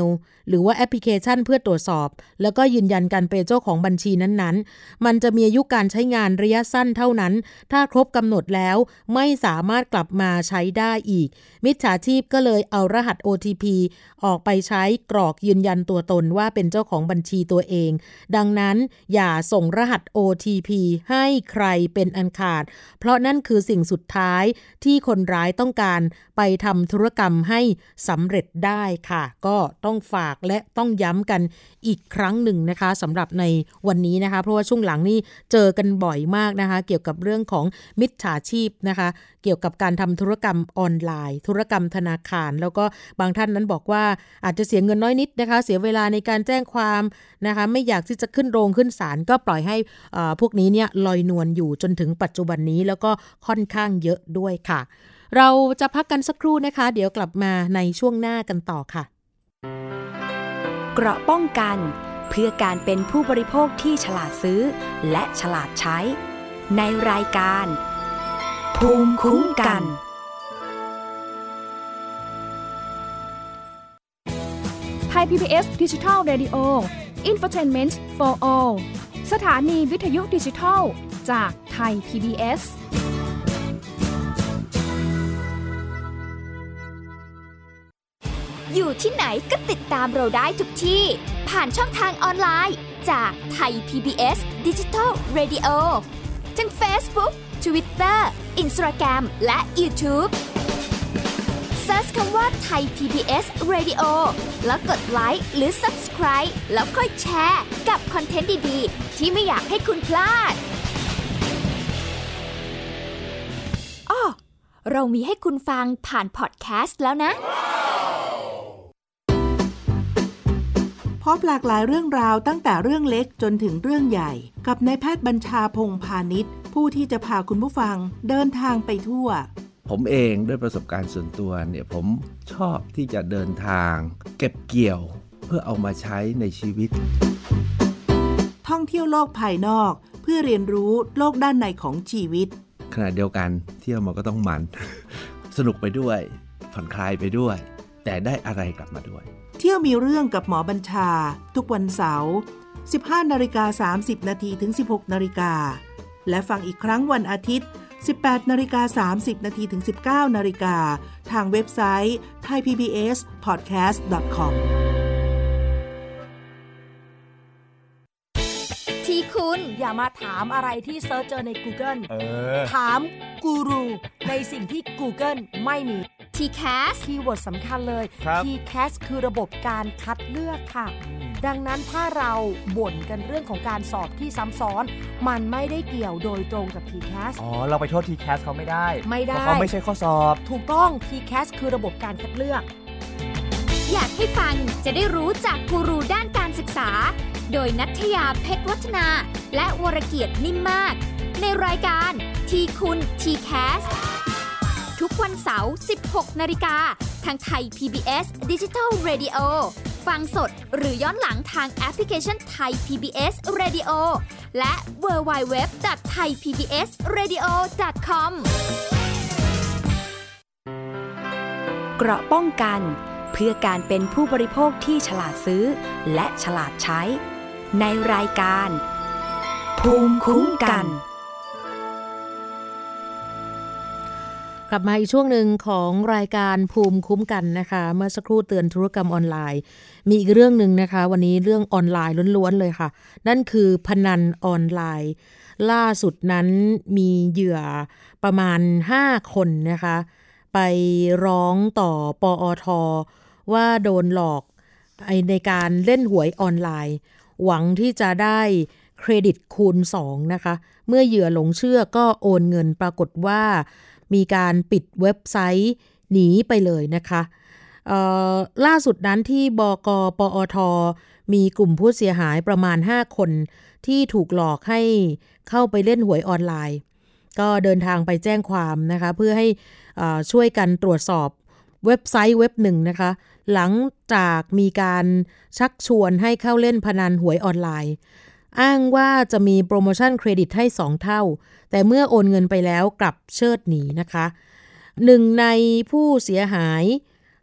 หรือว่าแอปพลิเคชันเพื่อตรวจสอบแล้วก็ยืนยันการเป็นเจ้าของบัญชีนั้นๆมันจะมีอายุการใช้งานระยะสั้นเท่านั้นถ้าครบกำหนดแล้วไม่สามารถกลับมาใช้ได้อีกมิจฉาชีพก็เลยเอารหัส โอ ที พี ออกไปใช้กรอกยืนยันตัวตนว่าเป็นเจ้าของบัญชีตัวเองดังนั้นอย่าส่งรหัส โอ ที พี ให้ใครเป็นอันขาดเพราะนั่นคือสิ่งสุดท้ายที่คนร้ายต้องการไปทำธุรกรรมให้สำเร็จได้ค่ะก็ต้องฝากและต้องย้ำกันอีกครั้งหนึ่งนะคะสำหรับในวันนี้นะคะเพราะว่าช่วงหลังนี่เจอกันบ่อยมากนะคะเกี่ยวกับเรื่องของมิจฉาชีพนะคะเกี่ยวกับการทำธุรกรรมออนไลน์ธุรกรรมธนาคารแล้วก็บางท่านนั้นบอกว่าอาจจะเสียเงินน้อยนิดนะคะเสียเวลาในการแจ้งความนะคะไม่อยากที่จะขึ้นโรงขึ้นศาลก็ปล่อยให้พวกนี้เนี่ยลอยนวลอยู่จนถึงปัจจุบันนี้แล้วก็ค่อนข้างเยอะด้วยค่ะเราจะพักกันสักครู่นะคะเดี๋ยวกลับมาในช่วงหน้ากันต่อค่ะเกราะป้องกันเพื่อการเป็นผู้บริโภคที่ฉลาดซื้อและฉลาดใช้ในรายการภูมิคุ้มกันไทย พี บี เอส Digital Radio Infotainment for All สถานีวิทยุดิจิทัลจากไทย พี บี เอสอยู่ที่ไหนก็ติดตามเราได้ทุกที่ผ่านช่องทางออนไลน์จากไทย พี บี เอส Digital Radio ทั้ง Facebook, Twitter, Instagram และ YouTubeเซิร์ชคำว่าไทย พี บี เอส Radio แล้วกดไลค์หรือ Subscribe แล้วค่อยแชร์กับคอนเทนต์ดีๆที่ไม่อยากให้คุณพลาดอ้อเรามีให้คุณฟังผ่านพอดแคสต์แล้วนะพบหลากหลายเรื่องราวตั้งแต่เรื่องเล็กจนถึงเรื่องใหญ่กับนายแพทย์บัญชาพงษ์พาณิชย์ผู้ที่จะพาคุณผู้ฟังเดินทางไปทั่วผมเองด้วยประสบการณ์ส่วนตัวเนี่ยผมชอบที่จะเดินทางเก็บเกี่ยวเพื่อเอามาใช้ในชีวิตท่องเที่ยวโลกภายนอกเพื่อเรียนรู้โลกด้านในของชีวิตขณะเดียวกันเที่ยวมันก็ต้องมัน สนุกไปด้วยผ่อนคลายไปด้วยแต่ได้อะไรกลับมาด้วยเที่ยวมีเรื่องกับหมอบัญชาทุกวันเสาร์ สิบห้านาฬิกาสามสิบนาทีถึง สิบหกนาฬิกาและฟังอีกครั้งวันอาทิตย์ สิบแปดนาฬิกาสามสิบนาทีถึง สิบเก้านาฬิกาทางเว็บไซต์ ไทย พี บี เอส พอดแคสต์ ดอท คอมที่คุณอย่ามาถามอะไรที่เซิร์ชเจอใน Google เออถามกูรูในสิ่งที่ Google ไม่มีที แคสคีย์เวิร์ดสำคัญเลย ที แคส คือระบบการคัดเลือกค่ะดังนั้นถ้าเราบ่นกันเรื่องของการสอบที่ซ้ำซ้อนมันไม่ได้เกี่ยวโดยตรงกับ ที แคสอ๋อเราไปโทษ ที แคส เขาไม่ได้ไม่ได้เพราะเขาไม่ใช่ข้อสอบถูกต้อง ที แคส คือระบบการคัดเลือกอยากให้ฟังจะได้รู้จากกูรูด้านการศึกษาโดยณัฐยาเพชรวัฒนาและวรเกียรตินิ่มมากในรายการทีคุณ ที แคส ทุกวันเสาร์ สิบหกนาฬิกาทางไทย พี บี เอส Digital Radio ฟังสดหรือย้อนหลังทางแอปพลิเคชันไทย พี บี เอส Radio และ ดับเบิลยู ดับเบิลยู ดับเบิลยู ดอท ไทย พี บี เอส เรดิโอ ดอท คอมเกราะป้องกันเพื่อการเป็นผู้บริโภคที่ฉลาดซื้อและฉลาดใช้ในรายการภูมิคุ้มกันกลับมาอีกช่วงหนึ่งของรายการภูมิคุ้มกันนะคะเมื่อสักครู่เตือนธุรกรรมออนไลน์มีอีกเรื่องหนึ่งนะคะวันนี้เรื่องออนไลน์ล้วนๆเลยค่ะนั่นคือพนันออนไลน์ล่าสุดนั้นมีเหยื่อประมาณห้าคนนะคะไปร้องต่อปอท.ว่าโดนหลอกในการเล่นหวยออนไลน์หวังที่จะได้เครดิตคูณสองนะคะเมื่อเหยื่อหลงเชื่อก็โอนเงินปรากฏว่ามีการปิดเว็บไซต์หนีไปเลยนะคะล่าสุดนั้นที่บก.ปอท.มีกลุ่มผู้เสียหายประมาณห้าคนที่ถูกหลอกให้เข้าไปเล่นหวยออนไลน์ก็เดินทางไปแจ้งความนะคะเพื่อให้ช่วยกันตรวจสอบเว็บไซต์เว็บหนึ่งนะคะหลังจากมีการชักชวนให้เข้าเล่นพนันหวยออนไลน์อ้างว่าจะมีโปรโมชั่นเครดิตให้สองเท่าแต่เมื่อโอนเงินไปแล้วกลับเชิดหนีนะคะหนึ่งในผู้เสียหาย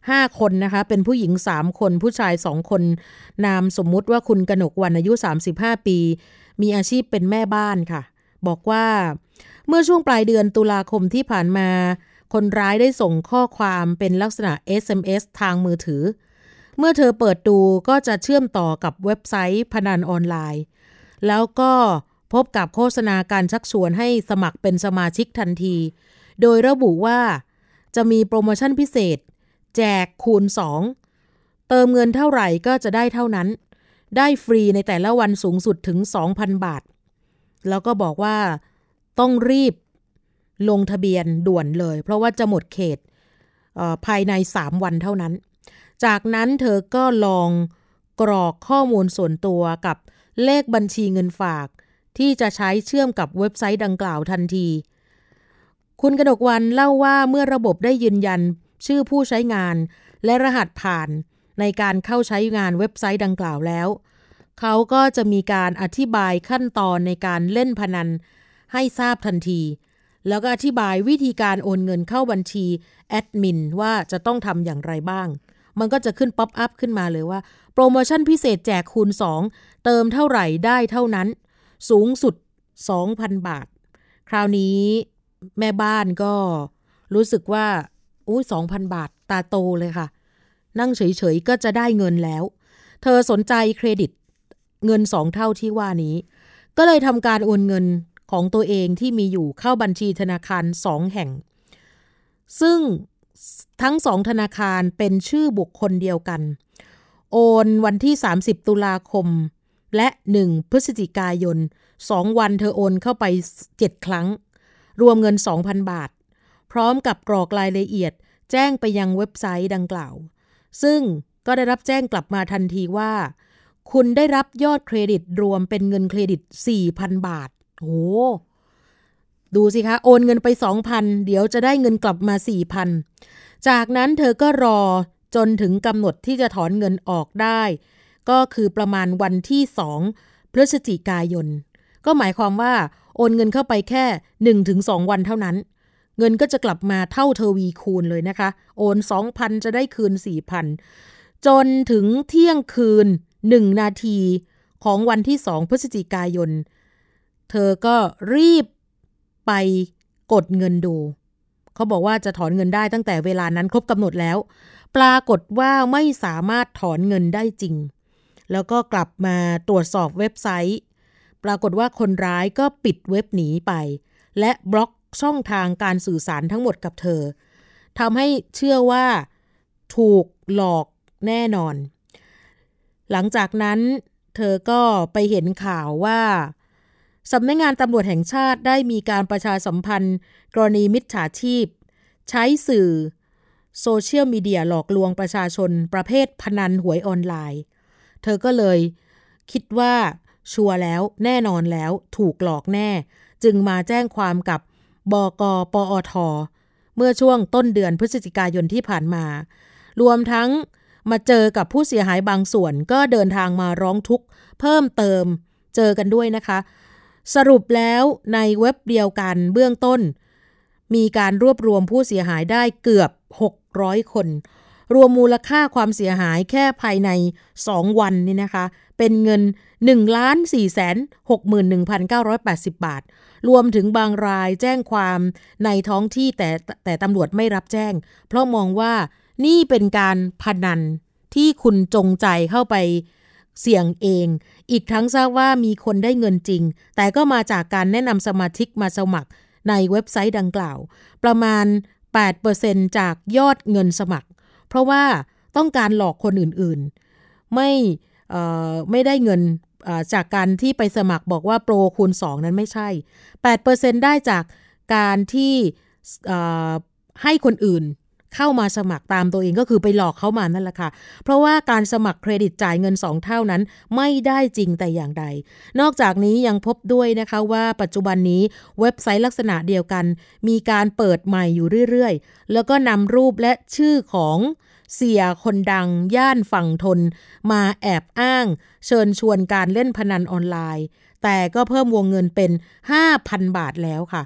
ห้าคนนะคะเป็นผู้หญิงสามคนผู้ชายสองคนนามสมมุติว่าคุณกนกวรรณอายุสามสิบห้าปีมีอาชีพเป็นแม่บ้านค่ะบอกว่าเมื่อช่วงปลายเดือนตุลาคมที่ผ่านมาคนร้ายได้ส่งข้อความเป็นลักษณะ เอส เอ็ม เอส ทางมือถือเมื่อเธอเปิดดูก็จะเชื่อมต่อกับเว็บไซต์พนันออนไลน์แล้วก็พบกับโฆษณาการชักชวนให้สมัครเป็นสมาชิกทันทีโดยระบุว่าจะมีโปรโมชั่นพิเศษแจกคูณสองเติมเงินเท่าไหร่ก็จะได้เท่านั้นได้ฟรีในแต่ละวันสูงสุดถึง สองพัน บาทแล้วก็บอกว่าต้องรีบลงทะเบียนด่วนเลยเพราะว่าจะหมดเขตภายในสามวันเท่านั้นจากนั้นเธอก็ลองกรอกข้อมูลส่วนตัวกับเลขบัญชีเงินฝากที่จะใช้เชื่อมกับเว็บไซต์ดังกล่าวทันทีคุณกนกวรรณเล่าว่าเมื่อระบบได้ยืนยันชื่อผู้ใช้งานและรหัสผ่านในการเข้าใช้งานเว็บไซต์ดังกล่าวแล้วเขาก็จะมีการอธิบายขั้นตอนในการเล่นพนันให้ทราบทันทีแล้วก็อธิบายวิธีการโอนเงินเข้าบัญชีแอดมินว่าจะต้องทำอย่างไรบ้างมันก็จะขึ้นป๊อปอัพขึ้นมาเลยว่าโปรโมชั่นพิเศษแจกคูณสองเติมเท่าไหร่ได้เท่านั้นสูงสุด สองพัน บาทคราวนี้แม่บ้านก็รู้สึกว่าอุ้ย สองพัน บาทตาโตเลยค่ะนั่งเฉยๆก็จะได้เงินแล้วเธอสนใจเครดิตเงินสองเท่าที่ว่านี้ก็เลยทำการโอนเงินของตัวเองที่มีอยู่เข้าบัญชีธนาคารสองแห่งซึ่งทั้งสองธนาคารเป็นชื่อบุคคลเดียวกันโอนวันที่สามสิบตุลาคมและหนึ่งพฤศจิกายนสองวันเธอโอนเข้าไปเจ็ดครั้งรวมเงิน สองพัน บาทพร้อมกับกรอกรายละเอียดแจ้งไปยังเว็บไซต์ดังกล่าวซึ่งก็ได้รับแจ้งกลับมาทันทีว่าคุณได้รับยอดเครดิตรวมเป็นเงินเครดิต สี่พัน บาทโอ้ดูสิคะโอนเงินไป สองพัน เดี๋ยวจะได้เงินกลับมา สี่พัน จากนั้นเธอก็รอจนถึงกำหนดที่จะถอนเงินออกได้ก็คือประมาณวันที่สองพฤศจิกายนก็หมายความว่าโอนเงินเข้าไปแค่ หนึ่งถึงสอง วันเท่านั้นเงินก็จะกลับมาเท่าทวีคูณเลยนะคะโอน สองพัน จะได้คืน สี่พัน จนถึงเที่ยงคืนหนึ่งนาทีของวันที่สองพฤศจิกายนเธอก็รีบไปกดเงินดูเขาบอกว่าจะถอนเงินได้ตั้งแต่เวลานั้นครบกำหนดแล้วปรากฏว่าไม่สามารถถอนเงินได้จริงแล้วก็กลับมาตรวจสอบเว็บไซต์ปรากฏว่าคนร้ายก็ปิดเว็บหนีไปและบล็อกช่องทางการสื่อสารทั้งหมดกับเธอทำให้เชื่อว่าถูกหลอกแน่นอนหลังจากนั้นเธอก็ไปเห็นข่าวว่าสำนักงานตำรวจแห่งชาติได้มีการประชาสัมพันธ์กรณีมิจฉาชีพใช้สื่อโซเชียลมีเดียหลอกลวงประชาชนประเภทพนันหวยออนไลน์เธอก็เลยคิดว่าชัวร์แล้วแน่นอนแล้วถูกหลอกแน่จึงมาแจ้งความกับบก.ปอท.เมื่อช่วงต้นเดือนพฤศจิกายนที่ผ่านมารวมทั้งมาเจอกับผู้เสียหายบางส่วนก็เดินทางมาร้องทุกข์เพิ่มเติมเจอกันด้วยนะคะสรุปแล้วในเว็บเดียวกันเบื้องต้นมีการรวบรวมผู้เสียหายได้เกือบหกร้อยคนรวมมูลค่าความเสียหายแค่ภายในสองวันนี่นะคะเป็นเงิน หนึ่งล้าน สี่แสนหกหมื่นหนึ่งพันเก้าร้อยแปดสิบ บาทรวมถึงบางรายแจ้งความในท้องที่แต่แต่ตำรวจไม่รับแจ้งเพราะมองว่านี่เป็นการพนันที่คุณจงใจเข้าไปเสี่ยงเองอีกทั้งทราบว่ามีคนได้เงินจริงแต่ก็มาจากการแนะนำสมาชิกมาสมัครในเว็บไซต์ดังกล่าวประมาณ แปดเปอร์เซ็นต์ จากยอดเงินสมัครเพราะว่าต้องการหลอกคนอื่นๆไม่เอ่อไม่ได้เงินจากการที่ไปสมัครบอกว่าโปรคูณสองนั้นไม่ใช่ แปดเปอร์เซ็นต์ ได้จากการที่ให้คนอื่นเข้ามาสมัครตามตัวเองก็คือไปหลอกเขามานั่นแหละค่ะเพราะว่าการสมัครเครดิตจ่ายเงินสองเท่านั้นไม่ได้จริงแต่อย่างใดนอกจากนี้ยังพบด้วยนะคะว่าปัจจุบันนี้เว็บไซต์ลักษณะเดียวกันมีการเปิดใหม่อยู่เรื่อยๆแล้วก็นำรูปและชื่อของเสียคนดังย่านฝั่งทนมาแอบอ้างเชิญชวนการเล่นพนันออนไลน์แต่ก็เพิ่มวงเงินเป็น ห้าพัน บาทแล้วค่ะ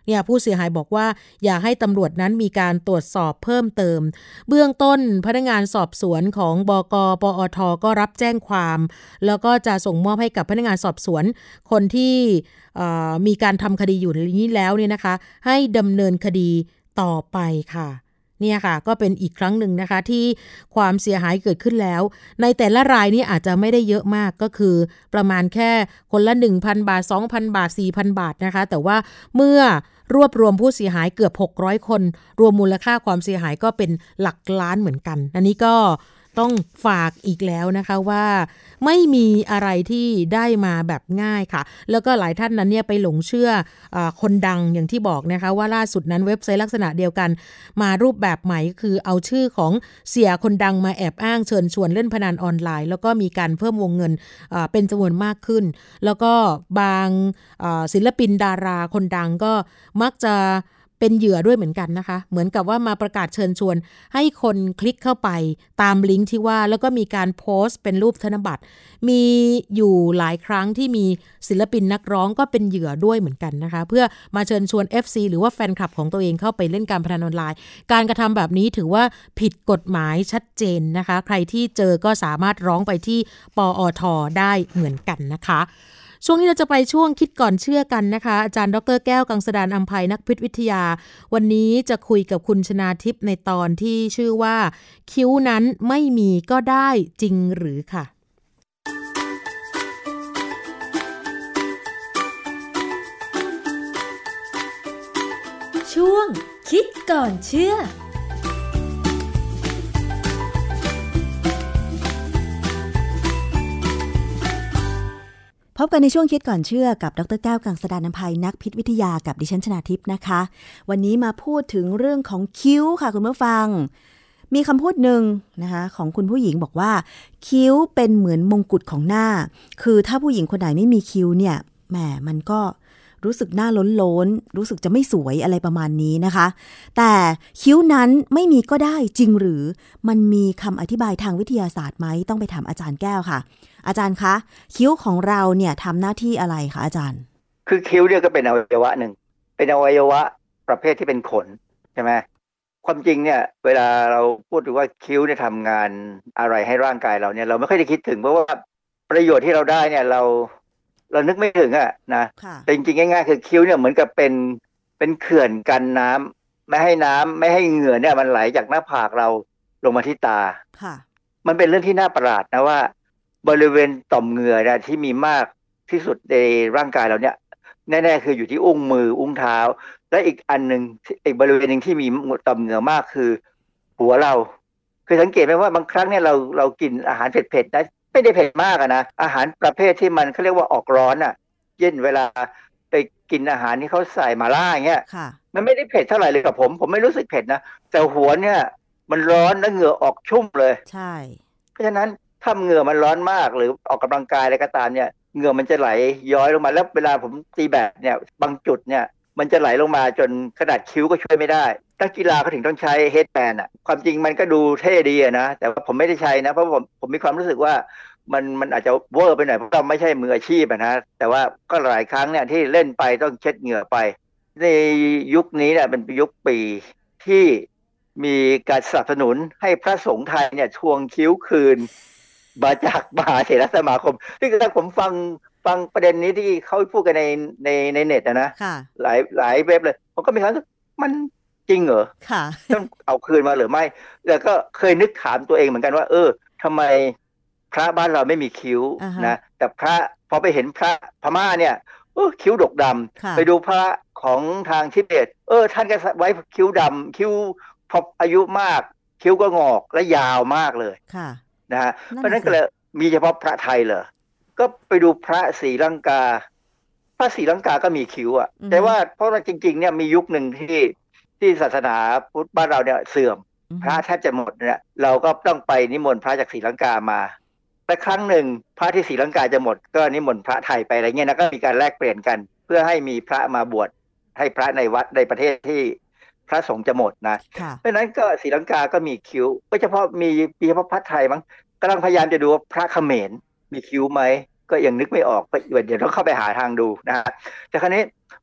เนี่ยผู้เสียหายบอกว่าอยากให้ตำรวจนั้นมีการตรวจสอบเพิ่มเติมเบื้องต้นพนักงานสอบสวนของบก.ปอท.ก็รับแจ้งความแล้วก็จะส่งมอบให้กับพนักงานสอบสวนคนที่มีการทำคดีอยู่นี้แล้วเนี่ยนะคะให้ดำเนินคดีต่อไปค่ะเนี่ยค่ะก็เป็นอีกครั้งหนึ่งนะคะที่ความเสียหายเกิดขึ้นแล้วในแต่ละรายนี่อาจจะไม่ได้เยอะมากก็คือประมาณแค่คนละ หนึ่งพัน บาท สองพัน บาท สี่พัน บาทนะคะแต่ว่าเมื่อรวบรวมผู้เสียหายเกือบหกร้อยคนรวมมูลค่าความเสียหายก็เป็นหลักล้านเหมือนกันอันนี้ก็ต้องฝากอีกแล้วนะคะว่าไม่มีอะไรที่ได้มาแบบง่ายค่ะแล้วก็หลายท่านนั้นเนี่ยไปหลงเชื่ออ่าคนดังอย่างที่บอกนะคะว่าล่าสุดนั้นเว็บไซต์ลักษณะเดียวกันมารูปแบบใหม่ก็คือเอาชื่อของเสียคนดังมาแอบอ้างเชิญชวนเล่นพนันออนไลน์แล้วก็มีการเพิ่มวงเงินอ่าเป็นจำนวนมากขึ้นแล้วก็บางอ่าศิลปินดาราคนดังก็มักจะเป็นเหยื่อด้วยเหมือนกันนะคะเหมือนกับว่ามาประกาศเชิญชวนให้คนคลิกเข้าไปตามลิงก์ที่ว่าแล้วก็มีการโพสต์เป็นรูปธนบัตรมีอยู่หลายครั้งที่มีศิลปินนักร้องก็เป็นเหยื่อด้วยเหมือนกันนะคะเพื่อมาเชิญชวน เอฟ ซี หรือว่าแฟนคลับของตัวเองเข้าไปเล่นการพนันออนไลน์การกระทำแบบนี้ถือว่าผิดกฎหมายชัดเจนนะคะใครที่เจอก็สามารถร้องไปที่ปอท.ได้เหมือนกันนะคะช่วงนี้เราจะไปช่วงคิดก่อนเชื่อกันนะคะอาจารย์ดร.แก้วกังสดาลอำไพนักพิษวิทยาวันนี้จะคุยกับคุณชนาทิพย์ในตอนที่ชื่อว่าคิ้วนั้นไม่มีก็ได้จริงหรือค่ะช่วงคิดก่อนเชื่อพบกันในช่วงคิดก่อนเชื่อกับดร.แก้วกังสดาลอำไพนักพิษวิทยากับดิฉันชนาทิพย์นะคะวันนี้มาพูดถึงเรื่องของคิ้วค่ะคุณผู้ฟังมีคำพูดหนึ่งนะคะของคุณผู้หญิงบอกว่าคิ้วเป็นเหมือนมงกุฎของหน้าคือถ้าผู้หญิงคนไหนไม่มีคิ้วเนี่ยแหมมันก็รู้สึกหน้าล้นๆรู้สึกจะไม่สวยอะไรประมาณนี้นะคะแต่คิ้วนั้นไม่มีก็ได้จริงหรือมันมีคำอธิบายทางวิทยาศาสตร์ไหมต้องไปถามอาจารย์แก้วค่ะอาจารย์คะคิ้วของเราเนี่ยทำหน้าที่อะไรคะอาจารย์คือคิ้วเนี่ยก็เป็นอวัยวะหนึ่งเป็นอวัยวะประเภทที่เป็นขนใช่ไหมความจริงเนี่ยเวลาเราพูดถึงว่าคิ้วเนี่ยทำงานอะไรให้ร่างกายเราเนี่ยเราไม่ค่อยได้คิดถึงเพราะว่าประโยชน์ที่เราได้เนี่ยเราเรานึกไม่ถึงอะนะแต่จริงๆง่ายๆคือคิ้วเนี่ยเหมือนกับเป็นเป็นเขื่อนกันน้ำไม่ให้น้ำไม่ให้เหงื่อเนี่ยมันไหลจากหน้าผากเราลงมาที่ตามันเป็นเรื่องที่น่าประหลาดนะว่าบริเวณต่อมเหงื่อเนี่ยที่มีมากที่สุดในร่างกายเราเนี่ยแน่ๆคืออยู่ที่อุ้งมืออุ้งเท้าและอีกอันนึงอีกบริเวณนึงที่มีต่อมเหงื่อมากคือหัวเราคือสังเกตไหมว่าบางครั้งเนี่ยเราเรากินอาหารเผ็ดๆนะไม่ได้เผ็ดมากนะอาหารประเภทที่มันเขาเรียกว่าออกร้อนอ่ะเช่นเวลาไปกินอาหารที่เขาใส่มาล่าอย่างเงี้ยมันไม่ได้เผ็ดเท่าไหร่เลยกับผมผมไม่รู้สึกเผ็ดนะแต่หัวเนี่ยมันร้อนแล้วเหงื่อออกชุ่มเลยใช่เพราะฉะนั้นถ้าเหงื่อมันร้อนมากหรือออกกำลังกายอะไรก็ตามเนี่ยเหงื่อมันจะไหลย้อยลงมาแล้วเวลาผมตีแบดเนี่ยบางจุดเนี่ยมันจะไหลลงมาจนขนาดคิ้วก็ช่วยไม่ได้นักกีฬาเขาถึงต้องใช้เฮดแบนด์อ่ะความจริงมันก็ดูเท่ดีอะนะแต่ว่าผมไม่ได้ใช้นะเพราะผมผมมีความรู้สึกว่ามันมันอาจจะเวอร์ไปหน่อยเพราะเราไม่ใช่มืออาชีพนะแต่ว่าก็หลายครั้งเนี่ยที่เล่นไปต้องเช็ดเหงื่อไปในยุคนี้เนี่ยเป็นยุคปีที่มีการสนับสนุนให้พระสงฆ์ไทยเนี่ยทวงคิ้วคืนมาจากมหาเถรสมาคมที่ถ้าผมฟังฟังประเด็นนี้ที่เขาพูดกันในในในเน็ตนะนะหลายหลายเว็บเลยผมก็มีความรู้สึกมันจริงเหรอต้องเอาคืนมาหรือไม่แล้วก็เคยนึกถามตัวเองเหมือนกันว่าเออทำไมพระบ้านเราไม่มีคิ้ว uh-huh. นะแต่พระพอไปเห็นพระพม่าเนี่ยเออคิ้วดกดำไปดูพระของทางทิเบตเออท่านก็ไว้คิ้วดำคิ้วพออายุมากคิ้วก็งอกและยาวมากเลยนะฮะเพราะนั้นก็เลยมีเฉพาะพระไทยเหรอก็ไปดูพระศรีลังกาพระศรีลังกาก็มีคิ้วอ่ะ uh-huh. แต่ว่าเพราะว่าจริงๆเนี่ยมียุคหนึ่งที่ที่ศาสนาพุทธบ้านเราเนี่ยเสื่อม uh-huh. พระแทบจะหมดเนี่ยเราก็ต้องไปนิมนต์พระจากศรีลังกามาแต่ครั้งหนึ่งพระที่ศรีลังกาจะหมดก็นิมนต์พระไทยไปอะไรเงี้ยนะก็มีการแลกเปลี่ยนกันเพื่อให้มีพระมาบวชให้พระในวัดในประเทศที่พระสงฆ์จะหมดนะเพราะนั้นก็ศรีลังกาก็มีคิ้วก็เฉพาะมีเฉพาะพระไทยมั้งกำลังพยายามจะดูว่าพระเขมรมีคิ้วไหมก็ยังนึกไม่ออกเดี๋ยวต้องเข้าไปหาทางดูนะฮะแต่คราวนี้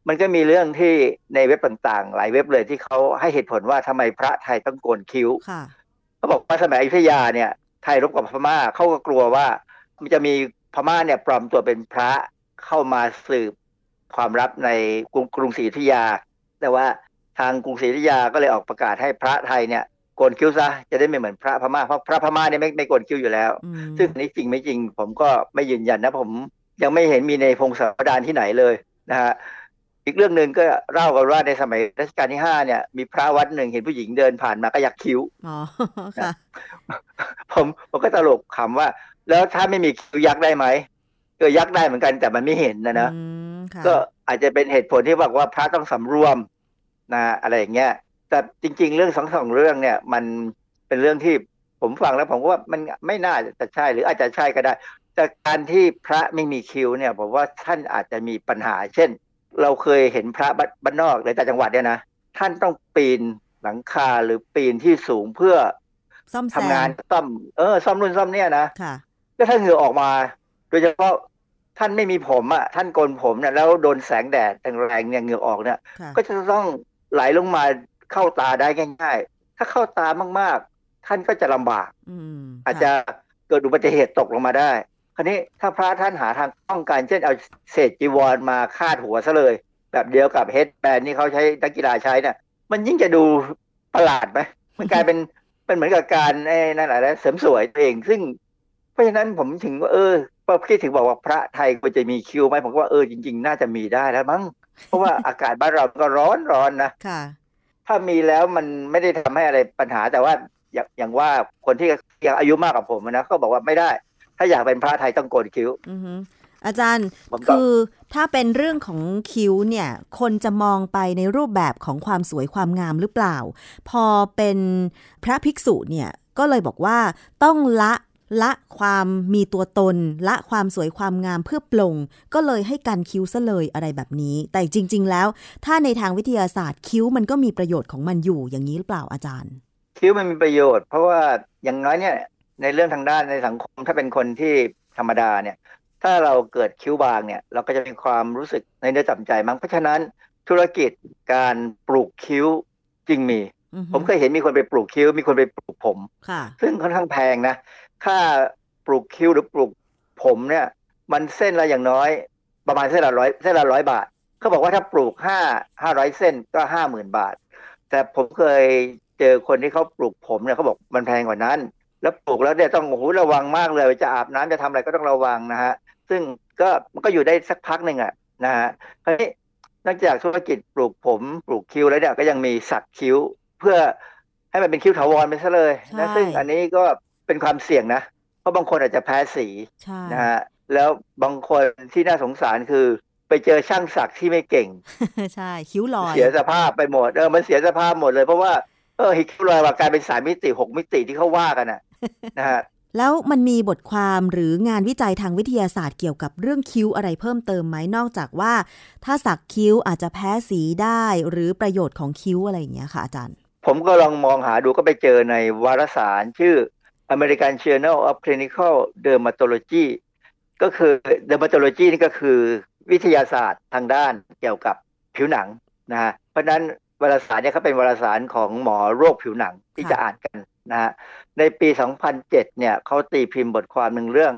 มันก็มีเรื่องที่ในเว็บต่างๆหลายเว็บเลยที่เขาให้เหตุผลว่าทำไมพระไทยต้องโกนคิ้วเขาบอกว่าสมัยอยุธยาเนี่ยไทยรบกับพม่าเขาก็กลัวว่ามันจะมีพม่าเนี่ยปลอมตัวเป็นพระเข้ามาสืบความลับในกรุงกรุงศรีอยุธยาแต่ว่าทางกรุงศรีอยุธยาก็เลยออกประกาศให้พระไทยเนี่ยโกนคิ้วซะจะได้ไม่เหมือนพระพม่าเพราะพระพม่าเนี่ยไม่ไม่โกนคิ้วอยู่แล้วซึ่งนี้จริงไม่จริงผมก็ไม่ยืนยันนะผมยังไม่เห็นมีในพงศาวดารที่ไหนเลยนะฮะอีกเรื่องหนึ่งก็เล่ากันว่าในสมัยรัชกาลที่ห้าเนี่ยมีพระวัดหนึ่งเห็นผู้หญิงเดินผ่านมาก็ยักคิ้วอ๋อค่ะผมผมก็ตลกขำว่าแล้วถ้าไม่มีคิ้วยักได้ไหมก็ยักได้เหมือนกันแต่มันไม่เห็นนะนะก็อาจจะเป็นเหตุผลที่บอกว่าพระต้องสำรวมนะอะไรอย่างเงี้ยแต่จริงๆเรื่องสองสองเรื่องเนี่ยมันเป็นเรื่องที่ผมฟังแล้วผมว่ามันไม่น่าจะใช่หรืออาจจะใช่ก็ได้แต่การที่พระไม่มีคิ้วเนี่ยผมว่าท่านอาจจะมีปัญหาเช่นเราเคยเห็นพระบ้านนอกในต่างจังหวัดเนี่ยนะท่านต้องปีนหลังคาหรือปีนที่สูงเพื่อทำงานซ่อมเออซ่อมนู่นซ่อมเนี่ยนะแล้วถ้าเหงื่อออกมาโดยเฉพาะท่านไม่มีผมอ่ะท่านโกนผมเนี่ยแล้วโดนแสงแดดแรงๆเนี่ยเหงื่อออกเนี่ยก็จะต้องไหลลงมาเข้าตาได้ง่ายๆถ้าเข้าตามากๆท่านก็จะลำบากอาจจะเกิดอุบัติเหตุตกลงมาได้คราวนี้ถ้าพระท่านหาทางป้องกันเช่นเอาเศษจีวรมาคาดหัวซะเลยแบบเดียวกับเฮดแบนที่เขาใช้นักกีฬาใช้เนี่ยมันยิ่งจะดูประหลาดไหมมันกลายเป็นเป็นเหมือนกับการไอ้นั่นแหละเสริมสวยตัวเองซึ่งเพราะฉะนั้นผมถึงว่าเออพอพี่ถึงบอกว่าพระไทยควรจะมีคิ้วไหมผมก็ว่าเออจริงๆน่าจะมีได้แล้วมั้งเพราะว่าอากาศบ้านเราก็ร้อนร้อนนะค่ะถ้ามีแล้วมันไม่ได้ทำให้อะไรปัญหาแต่ว่าอย่างอย่างว่าคนที่ยังอายุมากกว่าผมนะเขาบอกว่าไม่ได้ถ้าอยากเป็นพระไทยต้องโกนคิ้วอาจารย์คือถ้าเป็นเรื่องของคิ้วเนี่ยคนจะมองไปในรูปแบบของความสวยความงามหรือเปล่าพอเป็นพระภิกษุเนี่ยก็เลยบอกว่าต้องละละความมีตัวตนละความสวยความงามเพื่อปลงก็เลยให้กันคิ้วซะเลยอะไรแบบนี้แต่จริงๆแล้วถ้าในทางวิทยาศาสตร์คิ้วมันก็มีประโยชน์ของมันอยู่อย่างนี้หรือเปล่าอาจารย์คิ้วมันมีประโยชน์เพราะว่าอย่างน้อยเนี่ยในเรื่องทางด้านในสังคมถ้าเป็นคนที่ธรรมดาเนี่ยถ้าเราเกิดคิ้วบางเนี่ยเราก็จะมีความรู้สึกในเนื้อจับใจมั้งเพราะฉะนั้นธุรกิจการปลูกคิ้วจริงมี mm-hmm. ผมเคยเห็นมีคนไปปลูกคิ้วมีคนไปปลูกผมซึ่งค่อนข้างแพงนะค่าปลูกคิ้วหรือปลูกผมเนี่ยมันเส้นละอย่างน้อยประมาณเส้นละร้อยเส้นละร้อยบาทเขาบอกว่าถ้าปลูกห้าห้าร้อยเส้นก็ห้าหมื่นบาทแต่ผมเคยเจอคนที่เขาปลูกผมเนี่ยเขาบอกมันแพงกว่านั้นแล้วปลูกแล้วเนี่ยต้องโอ้โหระวังมากเลยจะอาบน้ำจะทำอะไรก็ต้องระวังนะฮะซึ่งก็มันก็อยู่ได้สักพักหนึ่งอ่ะนะฮะคราวนี้นอกจากธุรกิจปลูกผมปลูกคิ้วแล้วเนี่ยก็ยังมีสักคิ้วเพื่อให้มันเป็นคิ้วถาวรไปซะเลยนะซึ่งอันนี้ก็เป็นความเสี่ยงนะเพราะบางคนอาจจะแพ้สีนะฮะแล้วบางคนที่น่าสงสารคือไปเจอช่างสักที่ไม่เก่งใช่คิ้วลอยเสียสภาพไปหมดเออมันเสียสภาพหมดเลยเพราะว่าเออคิ้วลอยว่ากลายเป็นสามมิติหกมิติที่เขาว่ากันน่ะนะฮะแล้วมันมีบทความหรืองานวิจัยทางวิทยาศาสตร์เกี่ยวกับเรื่องคิ้วอะไรเพิ่มเติมไหมนอกจากว่าถ้าสักคิ้วอาจจะแพ้สีได้หรือประโยชน์ของคิ้วอะไรอย่างเงี้ยค่ะอาจารย์ผมก็ลองมองหาดูก็ไปเจอในวารสารชื่อ American Journal of Clinical Dermatology ก็คือ Dermatology นี่ก็คือวิทยาศาสตร์ทางด้านเกี่ยวกับผิวหนังนะฮะเพราะนั้นวารสารเนี่ยเขาเป็นวารสารของหมอโรคผิวหนังที่จะอ่านกันนะฮะในปีสองพันเจ็ดเนี่ยเขาตีพิมพ์บทความหนึ่งเรื่อง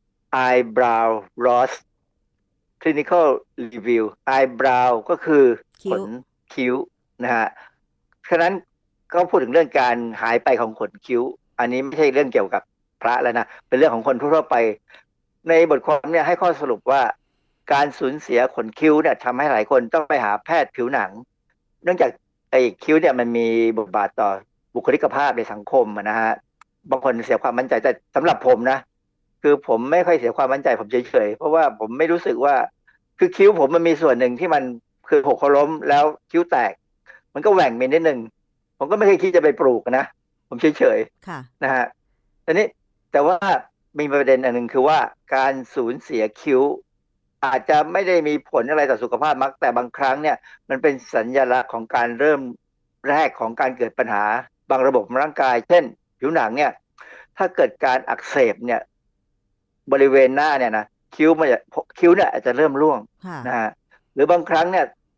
Eyebrow Loss Clinical Review Eyebrow ก็คือขนคิ้วนะฮะฉะนั้นเขาพูดถึงเรื่องการหายไปของขนคิ้วอันนี้ไม่ใช่เรื่องเกี่ยวกับพระแล้วนะเป็นเรื่องของคนทั่วไปในบทความเนี่ยให้ข้อสรุปว่าการสูญเสียขนคิ้วเนี่ยทำให้หลายคนต้องไปหาแพทย์ผิวหนังเนื่องจากไอ้คิ้วเนี่ยมันมีบทบาทต่อบุคลิกภาพในสังคมนะฮะบางคนเสียความมั่นใจแต่สำหรับผมนะคือผมไม่ค่อยเสียความมั่นใจผมเฉยๆเพราะว่าผมไม่รู้สึกว่าคือคิ้วผมมันมีส่วนหนึ่งที่มันคือหกล้มแล้วคิ้วแตกมันก็แหว่งไปนิดนึงผมก็ไม่เคยคิดจะไปปลูกนะผมเฉยๆนะฮะทีนี้แต่ว่ามีประเด็นอันนึงคือว่าการสูญเสียคิ้วอาจจะไม่ได้มีผลอะไรต่อสุขภาพมักแต่บางครั้งเนี่ยมันเป็นสัญลักษณ์ของการเริ่มแรกของการเกิดปัญหาบางระบบร่างกายเช่นผิวหนังเนี่ยถ้าเกิดการอักเสบเนี่ยบริเวณหน้าเนี่ยนะคิ้วมันจะคิ้วเนี่ยอาจจะเริ่มร่วงนะฮะหรือบางครั้งเนี่ย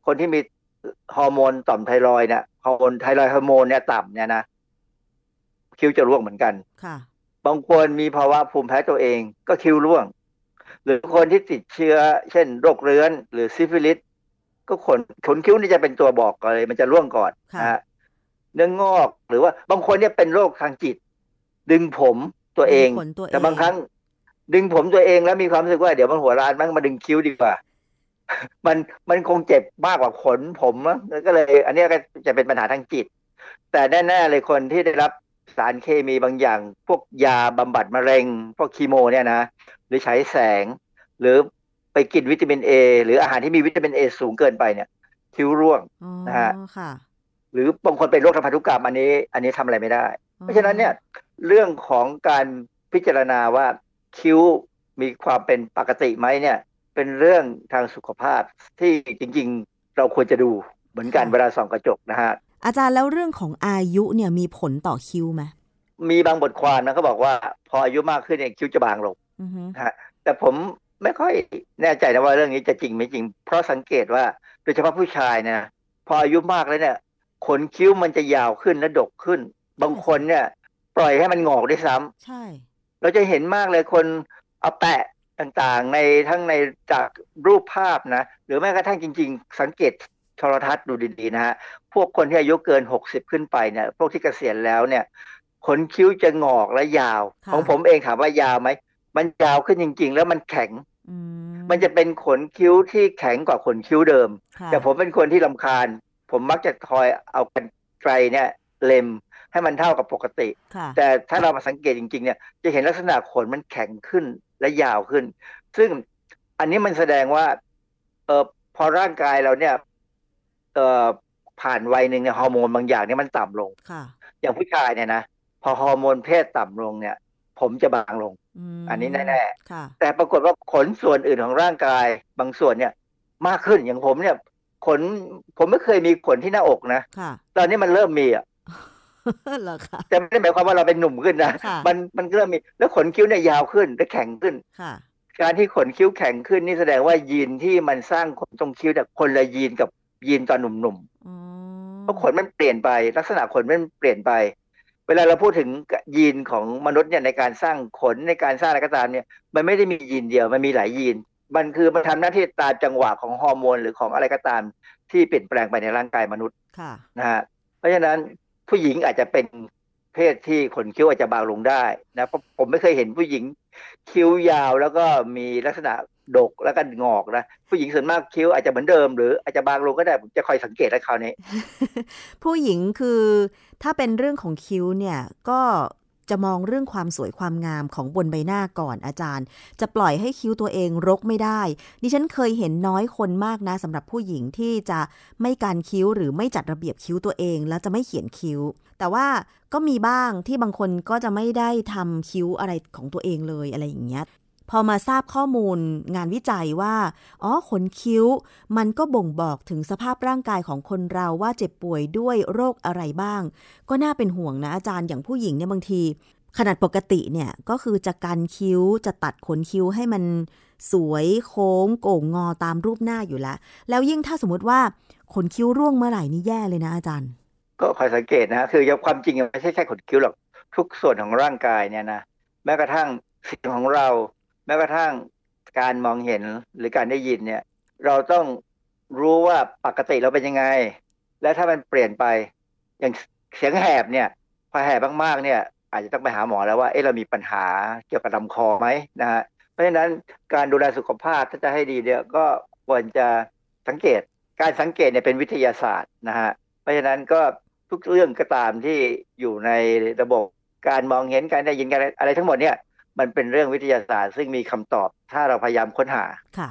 คนที่มีฮอร์โมนต่อมไทรอยด์เนี่ยฮอร์โมนไทรอยด์ฮอร์โมนเนี่ยต่ำเนี่ยนะคิ้วจะร่วงเหมือนกันค่ะบางคนมีภาวะภูมิแพ้ตัวเองก็คิ้วร่วงหรือคนที่ติดเชื้อเช่นโรคเรื้อนหรือซิฟิลิสก็ขนขนคิ้วนี่จะเป็นตัวบอกเลยมันจะร่วงก่อนนะฮะเนื้องอกหรือว่าบางคนเนี่ยเป็นโรคทางจิตดึงผมตัวเองแต่บางครั้งดึงผมตัวเองแล้วมีความรู้สึกว่าเดี๋ยวมันหัวร้านมันมาดึงคิ้วดีกว่ามันมันคงเจ็บมากกว่าขนผมนะก็เลยอันนี้ก็จะเป็นปัญหาทางจิตแต่แน่ๆเลยคนที่ได้รับสารเคมีบางอย่างพวกยาบำบัดมะเร็งพวกคีโมเนี่ยนะหรือใช้แสงหรือไปกินวิตามินเอหรืออาหารที่มีวิตามินเอสูงเกินไปเนี่ยคิ้วร่วงนะฮะหรือบางคนเป็นโรคทางพันธุกรรมอันนี้อันนี้ทำอะไรไม่ได้เพราะฉะนั้นเนี่ยเรื่องของการพิจารณาว่าคิ้วมีความเป็นปกติไหมเนี่ยเป็นเรื่องทางสุขภาพที่จริงๆเราควรจะดูเหมือนกันเวลาส่องกระจกนะฮะอาจารย์แล้วเรื่องของอายุเนี่ยมีผลต่อคิ้วไหมมีบางบทความนะเขาบอกว่าพออายุมากขึ้นเนี่ยคิ้วจะบางลงนะฮะแต่ผมไม่ค่อยแน่ใจนะว่าเรื่องนี้จะจริงไม่จริงเพราะสังเกตว่าโดยเฉพาะผู้ชายเนี่ยพออายุมากแล้วเนี่ยขนคิ้วมันจะยาวขึ้นและดกขึ้นบางคนเนี่ยปล่อยให้มันงอกด้วยซ้ำใช่เราจะเห็นมากเลยคนเอาแปะต่างๆในทั้งในจากรูปภาพนะหรือแม้กระทั่งจริงๆสังเกตโทรทัศน์ดูดีๆนะฮะพวกคนที่อายุเกินหกสิบขึ้นไปเนี่ยพวกที่เกษียณแล้วเนี่ยขนคิ้วจะงอกและยาวของผมเองถามว่ายาวไหมมันยาวขึ้นจริงๆแล้วมันแข็งมันจะเป็นขนคิ้วที่แข็งกว่าขนคิ้วเดิมแต่ผมเป็นคนที่รำคาญผมมักจะคอยเอากรรไกรเนี่ยเล็มให้มันเท่ากับปกติแต่ถ้าเรามาสังเกตจริงๆเนี่ยจะเห็นลักษณะขนมันแข็งขึ้นและยาวขึ้นซึ่งอันนี้มันแสดงว่าเออพอร่างกายเราเนี่ยเอ่อผ่านวัยหนึ่งเนี่ยฮอร์โมนบางอย่างเนี่ยมันต่ำลงอย่างผู้ชายเนี่ยนะพอฮอร์โมนเพศต่ำลงเนี่ยผมจะบางลง อ, อันนี้แน่ๆแต่ปรากฏว่าขนส่วนอื่นของร่างกายบางส่วนเนี่ยมากขึ้นอย่างผมเนี่ยขนผมไม่เคยมีขนที่หน้าอกนะตอนนี้มันเริ่มมีอ่ะเหรอคะแต่ไม่ได้หมายความว่าเราเป็นหนุ่มขึ้นนะมันมันเริ่มมีแล้วขนคิ้วเนี่ยยาวขึ้นและแข็งขึ้นการที่ขนคิ้วแข็งขึ้นนี่แสดงว่ายีนที่มันสร้างขนตรงคิ้วเนี่ยคนละยีนกับยีนตอนหนุ่มๆเพราะขนมันเปลี่ยนไปลักษณะขนมันเปลี่ยนไปเวลาเราพูดถึงยีนของมนุษย์เนี่ยในการสร้างขนในการสร้างอะไรก็ตามเนี่ยมันไม่ได้มียีนเดียวมันมีหลายยีนมันคือมันทำหน้าที่ตามจังหวะของฮอร์โมนหรือของอะไรก็ตามที่เปลี่ยนแปลงไปในร่างกายมนุษย์นะฮะเพราะฉะนั้นผู้หญิงอาจจะเป็นเพศที่ขนคิ้วอาจจะบางลงได้นะเพราะผมไม่เคยเห็นผู้หญิงคิ้วยาวแล้วก็มีลักษณะดกแล้วก็งอกนะผู้หญิงส่วนมากคิ้วอาจจะเหมือนเดิมหรืออาจจะบางลงก็ได้ผมจะคอยสังเกตแล้วคราวนี้ผู้หญิงคือถ้าเป็นเรื่องของคิ้วเนี่ยก็จะมองเรื่องความสวยความงามของบนใบหน้าก่อนอาจารย์จะปล่อยให้คิ้วตัวเองรกไม่ได้ดิฉันเคยเห็นน้อยคนมากนะสำหรับผู้หญิงที่จะไม่การคิ้วหรือไม่จัดระเบียบคิ้วตัวเองแล้วจะไม่เขียนคิ้วแต่ว่าก็มีบ้างที่บางคนก็จะไม่ได้ทำคิ้วอะไรของตัวเองเลยอะไรอย่างเงี้ยพอมาทราบข้อมูลงานวิจัยว่าอ๋อขนคิ้วมันก็บ่งบอกถึงสภาพร่างกายของคนเราว่าเจ็บป่วยด้วยโรคอะไรบ้างก็น่าเป็นห่วงนะอาจารย์อย่างผู้หญิงเนี่ยบางทีขนาดปกติเนี่ยก็คือจะกันคิ้วจะตัดขนคิ้วให้มันสวยโค้งโก่งงอตามรูปหน้าอยู่แล้วแล้วยิ่งถ้าสมมติว่าขนคิ้วร่วงเมื่อไหร่นี่แย่เลยนะอาจารย์ก็คอยสังเกตนะคือความจริงไม่ใช่แค่ขนคิ้วหรอกทุกส่วนของร่างกายเนี่ยนะแม้กระทั่งเสียงของเราแม้กระทั่งการมองเห็นหรือการได้ยินเนี่ยเราต้องรู้ว่าปกติเราเป็นยังไงและถ้ามันเปลี่ยนไปอย่างเสียงแหบเนี่ยพอแหบมากๆเนี่ยอาจจะต้องไปหาหมอแล้วว่าเอ๊ะเรามีปัญหาเกี่ยวกับลำคอไหมนะฮะเพราะฉะนั้นการดูแลสุขภาพถ้าจะให้ดีเนี่ยก็ควรจะสังเกตการสังเกตเนี่ยเป็นวิทยาศาสตร์นะฮะเพราะฉะนั้นก็ทุกเรื่องก็ตามที่อยู่ในระบบการมองเห็นการได้ยินการอะไรทั้งหมดเนี่ยมันเป็นเรื่องวิทยาศาสตร์ซึ่งมีคำตอบถ้าเราพยายามค้นหาค่ะ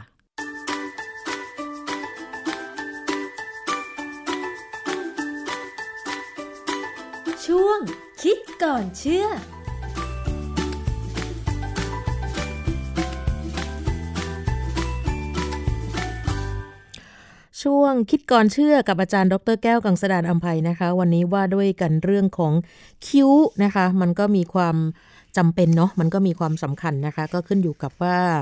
ช่วงคิดก่อนเชื่อช่วงคิดก่อนเชื่อกับอาจารย์ดรแก้วกังสดาลอำไพนะคะวันนี้ว่าด้วยกันเรื่องของคิ้วนะคะมันก็มีความจำเป็นเนาะมันก็มีความสำคัญนะคะก็ขึ้นอยู่กับว่า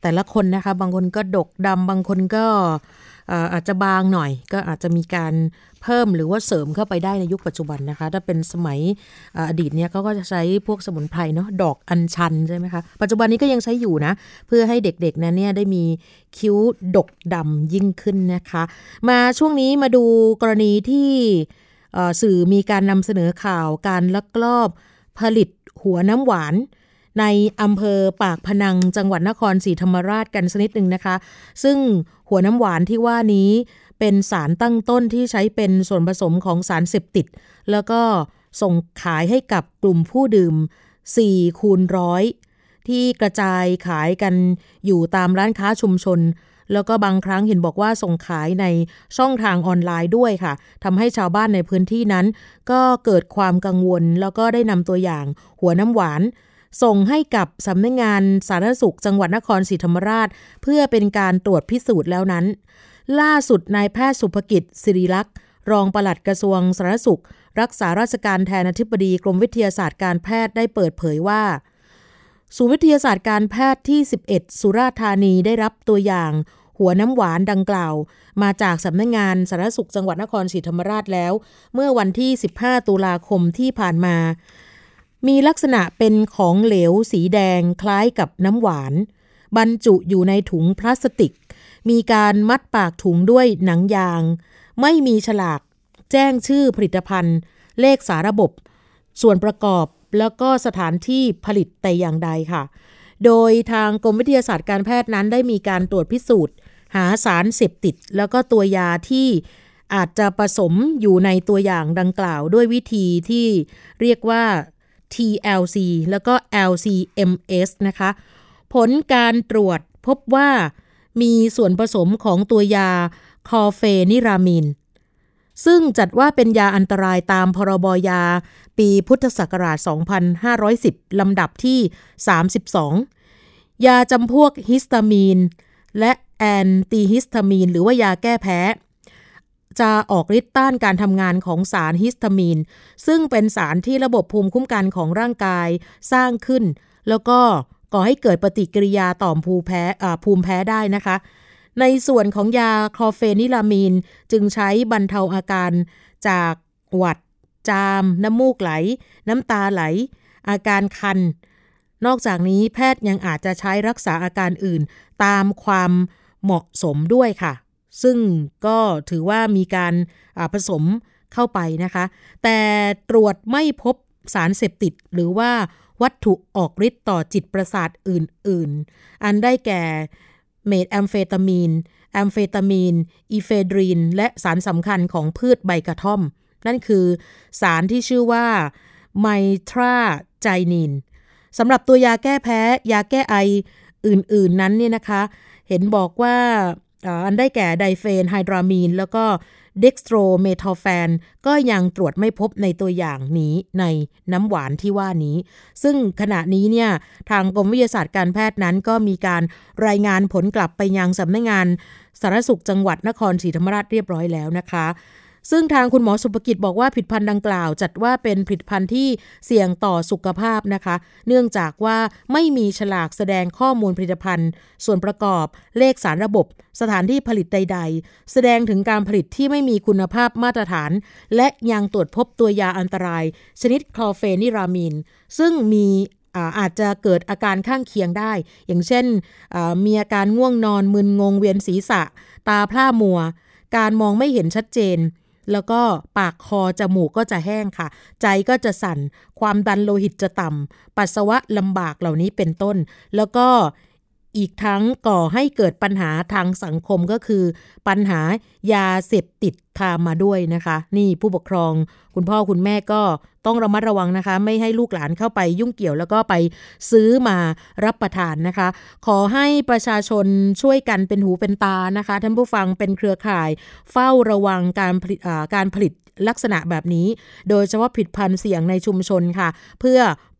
แต่ละคนนะคะบางคนก็ดกดำบางคนก็อาจจะบางหน่อยก็อาจจะมีการเพิ่มหรือว่าเสริมเข้าไปได้ในยุคปัจจุบันนะคะถ้าเป็นสมัยอดีตเนี่ยเขาก็จะใช้พวกสมุนไพรเนาะดอกอัญชันใช่ไหมคะปัจจุบันนี้ก็ยังใช้อยู่นะเพื่อให้เด็กๆนั้นเนี่ยได้มีคิ้วดกดำยิ่งขึ้นนะคะมาช่วงนี้มาดูกรณีที่สื่อมีการนำเสนอข่าวการลักลอบผลิตหัวน้ำหวานในอำเภอปากพนังจังหวัดนครศรีธรรมราชกันสักนิดนึงนะคะซึ่งหัวน้ำหวานที่ว่านี้เป็นสารตั้งต้นที่ใช้เป็นส่วนผสมของสารเสพติดแล้วก็ส่งขายให้กับกลุ่มผู้ดื่มสี่คูณร้อยที่กระจายขายกันอยู่ตามร้านค้าชุมชนแล้วก็บางครั้งเห็นบอกว่าส่งขายในช่องทางออนไลน์ด้วยค่ะทำให้ชาวบ้านในพื้นที่นั้นก็เกิดความกังวลแล้วก็ได้นำตัวอย่างหัวน้ำหวานส่งให้กับสำนักงานสาธารณสุขจังหวัดนครศรีธรรมราชเพื่อเป็นการตรวจพิสูจน์แล้วนั้นล่าสุดนายแพทย์สุภกิจศิริลักษณ์รองปลัดกระทรวงสาธารณสุขรักษาราชการแทนอธิบดีกรมวิทยาศาสตร์การแพทย์ได้เปิดเผยว่าศูนย์วิทยาศาสตร์การแพทย์ที่สิบเอ็ดสุราษฎร์ธานีได้รับตัวอย่างหัวน้ำหวานดังกล่าวมาจากสำนักงานสาธารณสุขจังหวัดนครศรีธรรมราชแล้วเมื่อวันที่สิบห้าตุลาคมที่ผ่านมามีลักษณะเป็นของเหลวสีแดงคล้ายกับน้ำหวานบรรจุอยู่ในถุงพลาสติกมีการมัดปากถุงด้วยหนังยางไม่มีฉลากแจ้งชื่อผลิตภัณฑ์เลขสาระบบส่วนประกอบแล้วก็สถานที่ผลิตแต่อย่างใดค่ะโดยทางกรมวิทยาศาสตร์การแพทย์นั้นได้มีการตรวจพิสูจน์หาสารเสพติดแล้วก็ตัวยาที่อาจจะผสมอยู่ในตัวอย่างดังกล่าวด้วยวิธีที่เรียกว่า ที แอล ซี แล้วก็ แอล ซี เอ็ม เอส นะคะผลการตรวจพบว่ามีส่วนผสมของตัวยาคอเฟนิรามีนซึ่งจัดว่าเป็นยาอันตรายตามพรบยาปีพุทธศักราชสองพันห้าร้อยสิบลำดับที่สามสิบสองยาจำพวกฮิสตามีนและแอนติฮิสตามีนหรือว่ายาแก้แพ้จะออกฤทธิ์ต้านการทำงานของสารฮิสตามีนซึ่งเป็นสารที่ระบบภูมิคุ้มกันของร่างกายสร้างขึ้นแล้วก็ก่อให้เกิดปฏิกิริยาต่อภูมิแพ้อ่าภูมิแพ้ได้นะคะในส่วนของยาคลอเฟนิรามีนจึงใช้บรรเทาอาการจากหวัดจามน้ำมูกไหลน้ำตาไหลอาการคันนอกจากนี้แพทย์ยังอาจจะใช้รักษาอาการอื่นตามความเหมาะสมด้วยค่ะซึ่งก็ถือว่ามีการผสมเข้าไปนะคะแต่ตรวจไม่พบสารเสพติดหรือว่าวัตถุออกฤทธิ์ต่อจิตประสาทอื่นๆอันได้แก่เมทแอมเฟตามีนแอมเฟตามีนอีเฟดรีนและสารสำคัญของพืชใบกระท่อมนั่นคือสารที่ชื่อว่าไมทราไจนีนสำหรับตัวยาแก้แพ้ยาแก้ไออื่นๆนั้นเนี่ยนะคะเห็นบอกว่าอันได้แก่ไดเฟนไฮดรามีนแล้วก็เด็กสโตรเมทอลแฟนก็ยังตรวจไม่พบในตัวอย่างนี้ในน้ำหวานที่ว่านี้ซึ่งขณะนี้เนี่ยทางกรมวิทยาศาสตร์การแพทย์นั้นก็มีการรายงานผลกลับไปยังสำนักงานสาธารณสุขจังหวัดนครศรีธรรมราชเรียบร้อยแล้วนะคะซึ่งทางคุณหมอสุภกิจบอกว่าผลิตภัณฑ์ดังกล่าวจัดว่าเป็นผลิตภัณฑ์ที่เสี่ยงต่อสุขภาพนะคะเนื่องจากว่าไม่มีฉลากแสดงข้อมูลผลิตภัณฑ์ส่วนประกอบเลขสารระบบสถานที่ผลิตใดๆแสดงถึงการผลิตที่ไม่มีคุณภาพมาตรฐานและยังตรวจพบตัวยาอันตรายชนิดคลอเฟนิรามีนซึ่งมีอาอาจจะเกิดอาการข้างเคียงได้อย่างเช่นมีอาการง่วงนอนมึนงงเวียนศีรษะตาพร่ามัวการมองไม่เห็นชัดเจนแล้วก็ปากคอจมูกก็จะแห้งค่ะใจก็จะสั่นความดันโลหิตจะต่ำปัสสาวะลำบากเหล่านี้เป็นต้นแล้วก็อีกทั้งก่อให้เกิดปัญหาทางสังคมก็คือปัญหายาเสพติดตามมาด้วยนะคะนี่ผู้ปกครองคุณพ่อคุณแม่ก็ต้องระมัดระวังนะคะไม่ให้ลูกหลานเข้าไปยุ่งเกี่ยวแล้วก็ไปซื้อมารับประทานนะคะขอให้ประชาชนช่วยกันเป็นหูเป็นตานะคะท่านผู้ฟังเป็นเครือข่ายเฝ้าระวังการผลิตการผลิตลักษณะแบบนี้โดยเฉพาะผลิตภัณฑ์เสี่ยงในชุมชนค่ะเพื่อ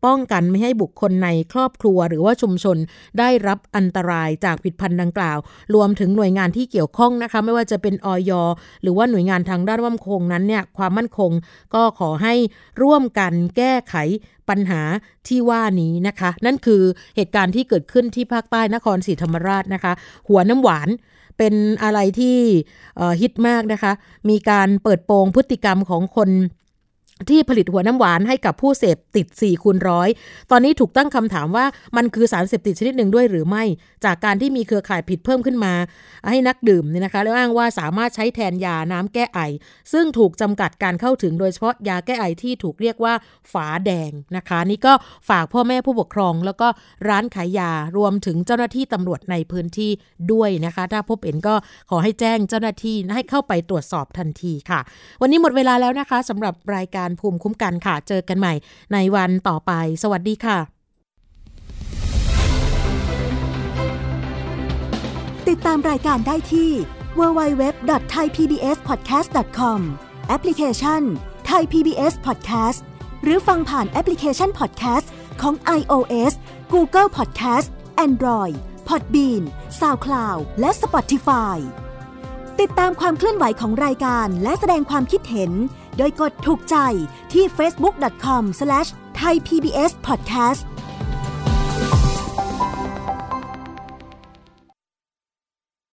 ป้องกันไม่ให้บุคคลในครอบครัวหรือว่าชุมชนได้รับอันตรายจากผลิตภัณฑ์ดังกล่าวรวมถึงหน่วยงานที่เกี่ยวข้องนะคะไม่ว่าจะเป็นอย.หรือว่าหน่วยงานทางด้านมั่นคงนั้นเนี่ยความมั่นคงก็ขอให้ร่วมกันแก้ไขปัญหาที่ว่านี้นะคะนั่นคือเหตุการณ์ที่เกิดขึ้นที่ภาคใต้นครศรีธรรมราชนะคะหัวน้ำหวานเป็นอะไรที่ฮิตมากนะคะมีการเปิดโปงพฤติกรรมของคนที่ผลิตหัวน้ำหวานให้กับผู้เสพติดสี่คูณร้อยตอนนี้ถูกตั้งคำถามว่ามันคือสารเสพติดชนิดหนึ่งด้วยหรือไม่จากการที่มีเครือข่ายผิดเพิ่มขึ้นมาให้นักดื่มเนี่ยนะคะแล้วอ้างว่าสามารถใช้แทนยาน้ำแก้ไอซึ่งถูกจำกัดการเข้าถึงโดยเฉพาะยาแก้ไอที่ถูกเรียกว่าฝาแดงนะคะนี่ก็ฝากพ่อแม่ผู้ปกครองแล้วก็ร้านขายยารวมถึงเจ้าหน้าที่ตำรวจในพื้นที่ด้วยนะคะถ้าพบเห็นก็ขอให้แจ้งเจ้าหน้าที่ให้เข้าไปตรวจสอบทันทีค่ะวันนี้หมดเวลาแล้วนะคะสำหรับรายการภูมิคุ้มกันค่ะเจอกันใหม่ในวันต่อไปสวัสดีค่ะติดตามรายการได้ที่ ดับเบิลยู ดับเบิลยู ดับเบิลยู ดอท ไทย พี บี เอส พอดแคสต์ ดอท คอม แอปพลิเคชัน Thai พี บี เอส Podcast หรือฟังผ่านแอปพลิเคชัน Podcast ของ iOS Google Podcast Android Podbean SoundCloud และ Spotify ติดตามความเคลื่อนไหวของรายการและแสดงความคิดเห็นโดยกดถูกใจที่ เฟซบุ๊ก ดอท คอม สแลช ไทย พี บี เอส พอดแคสต์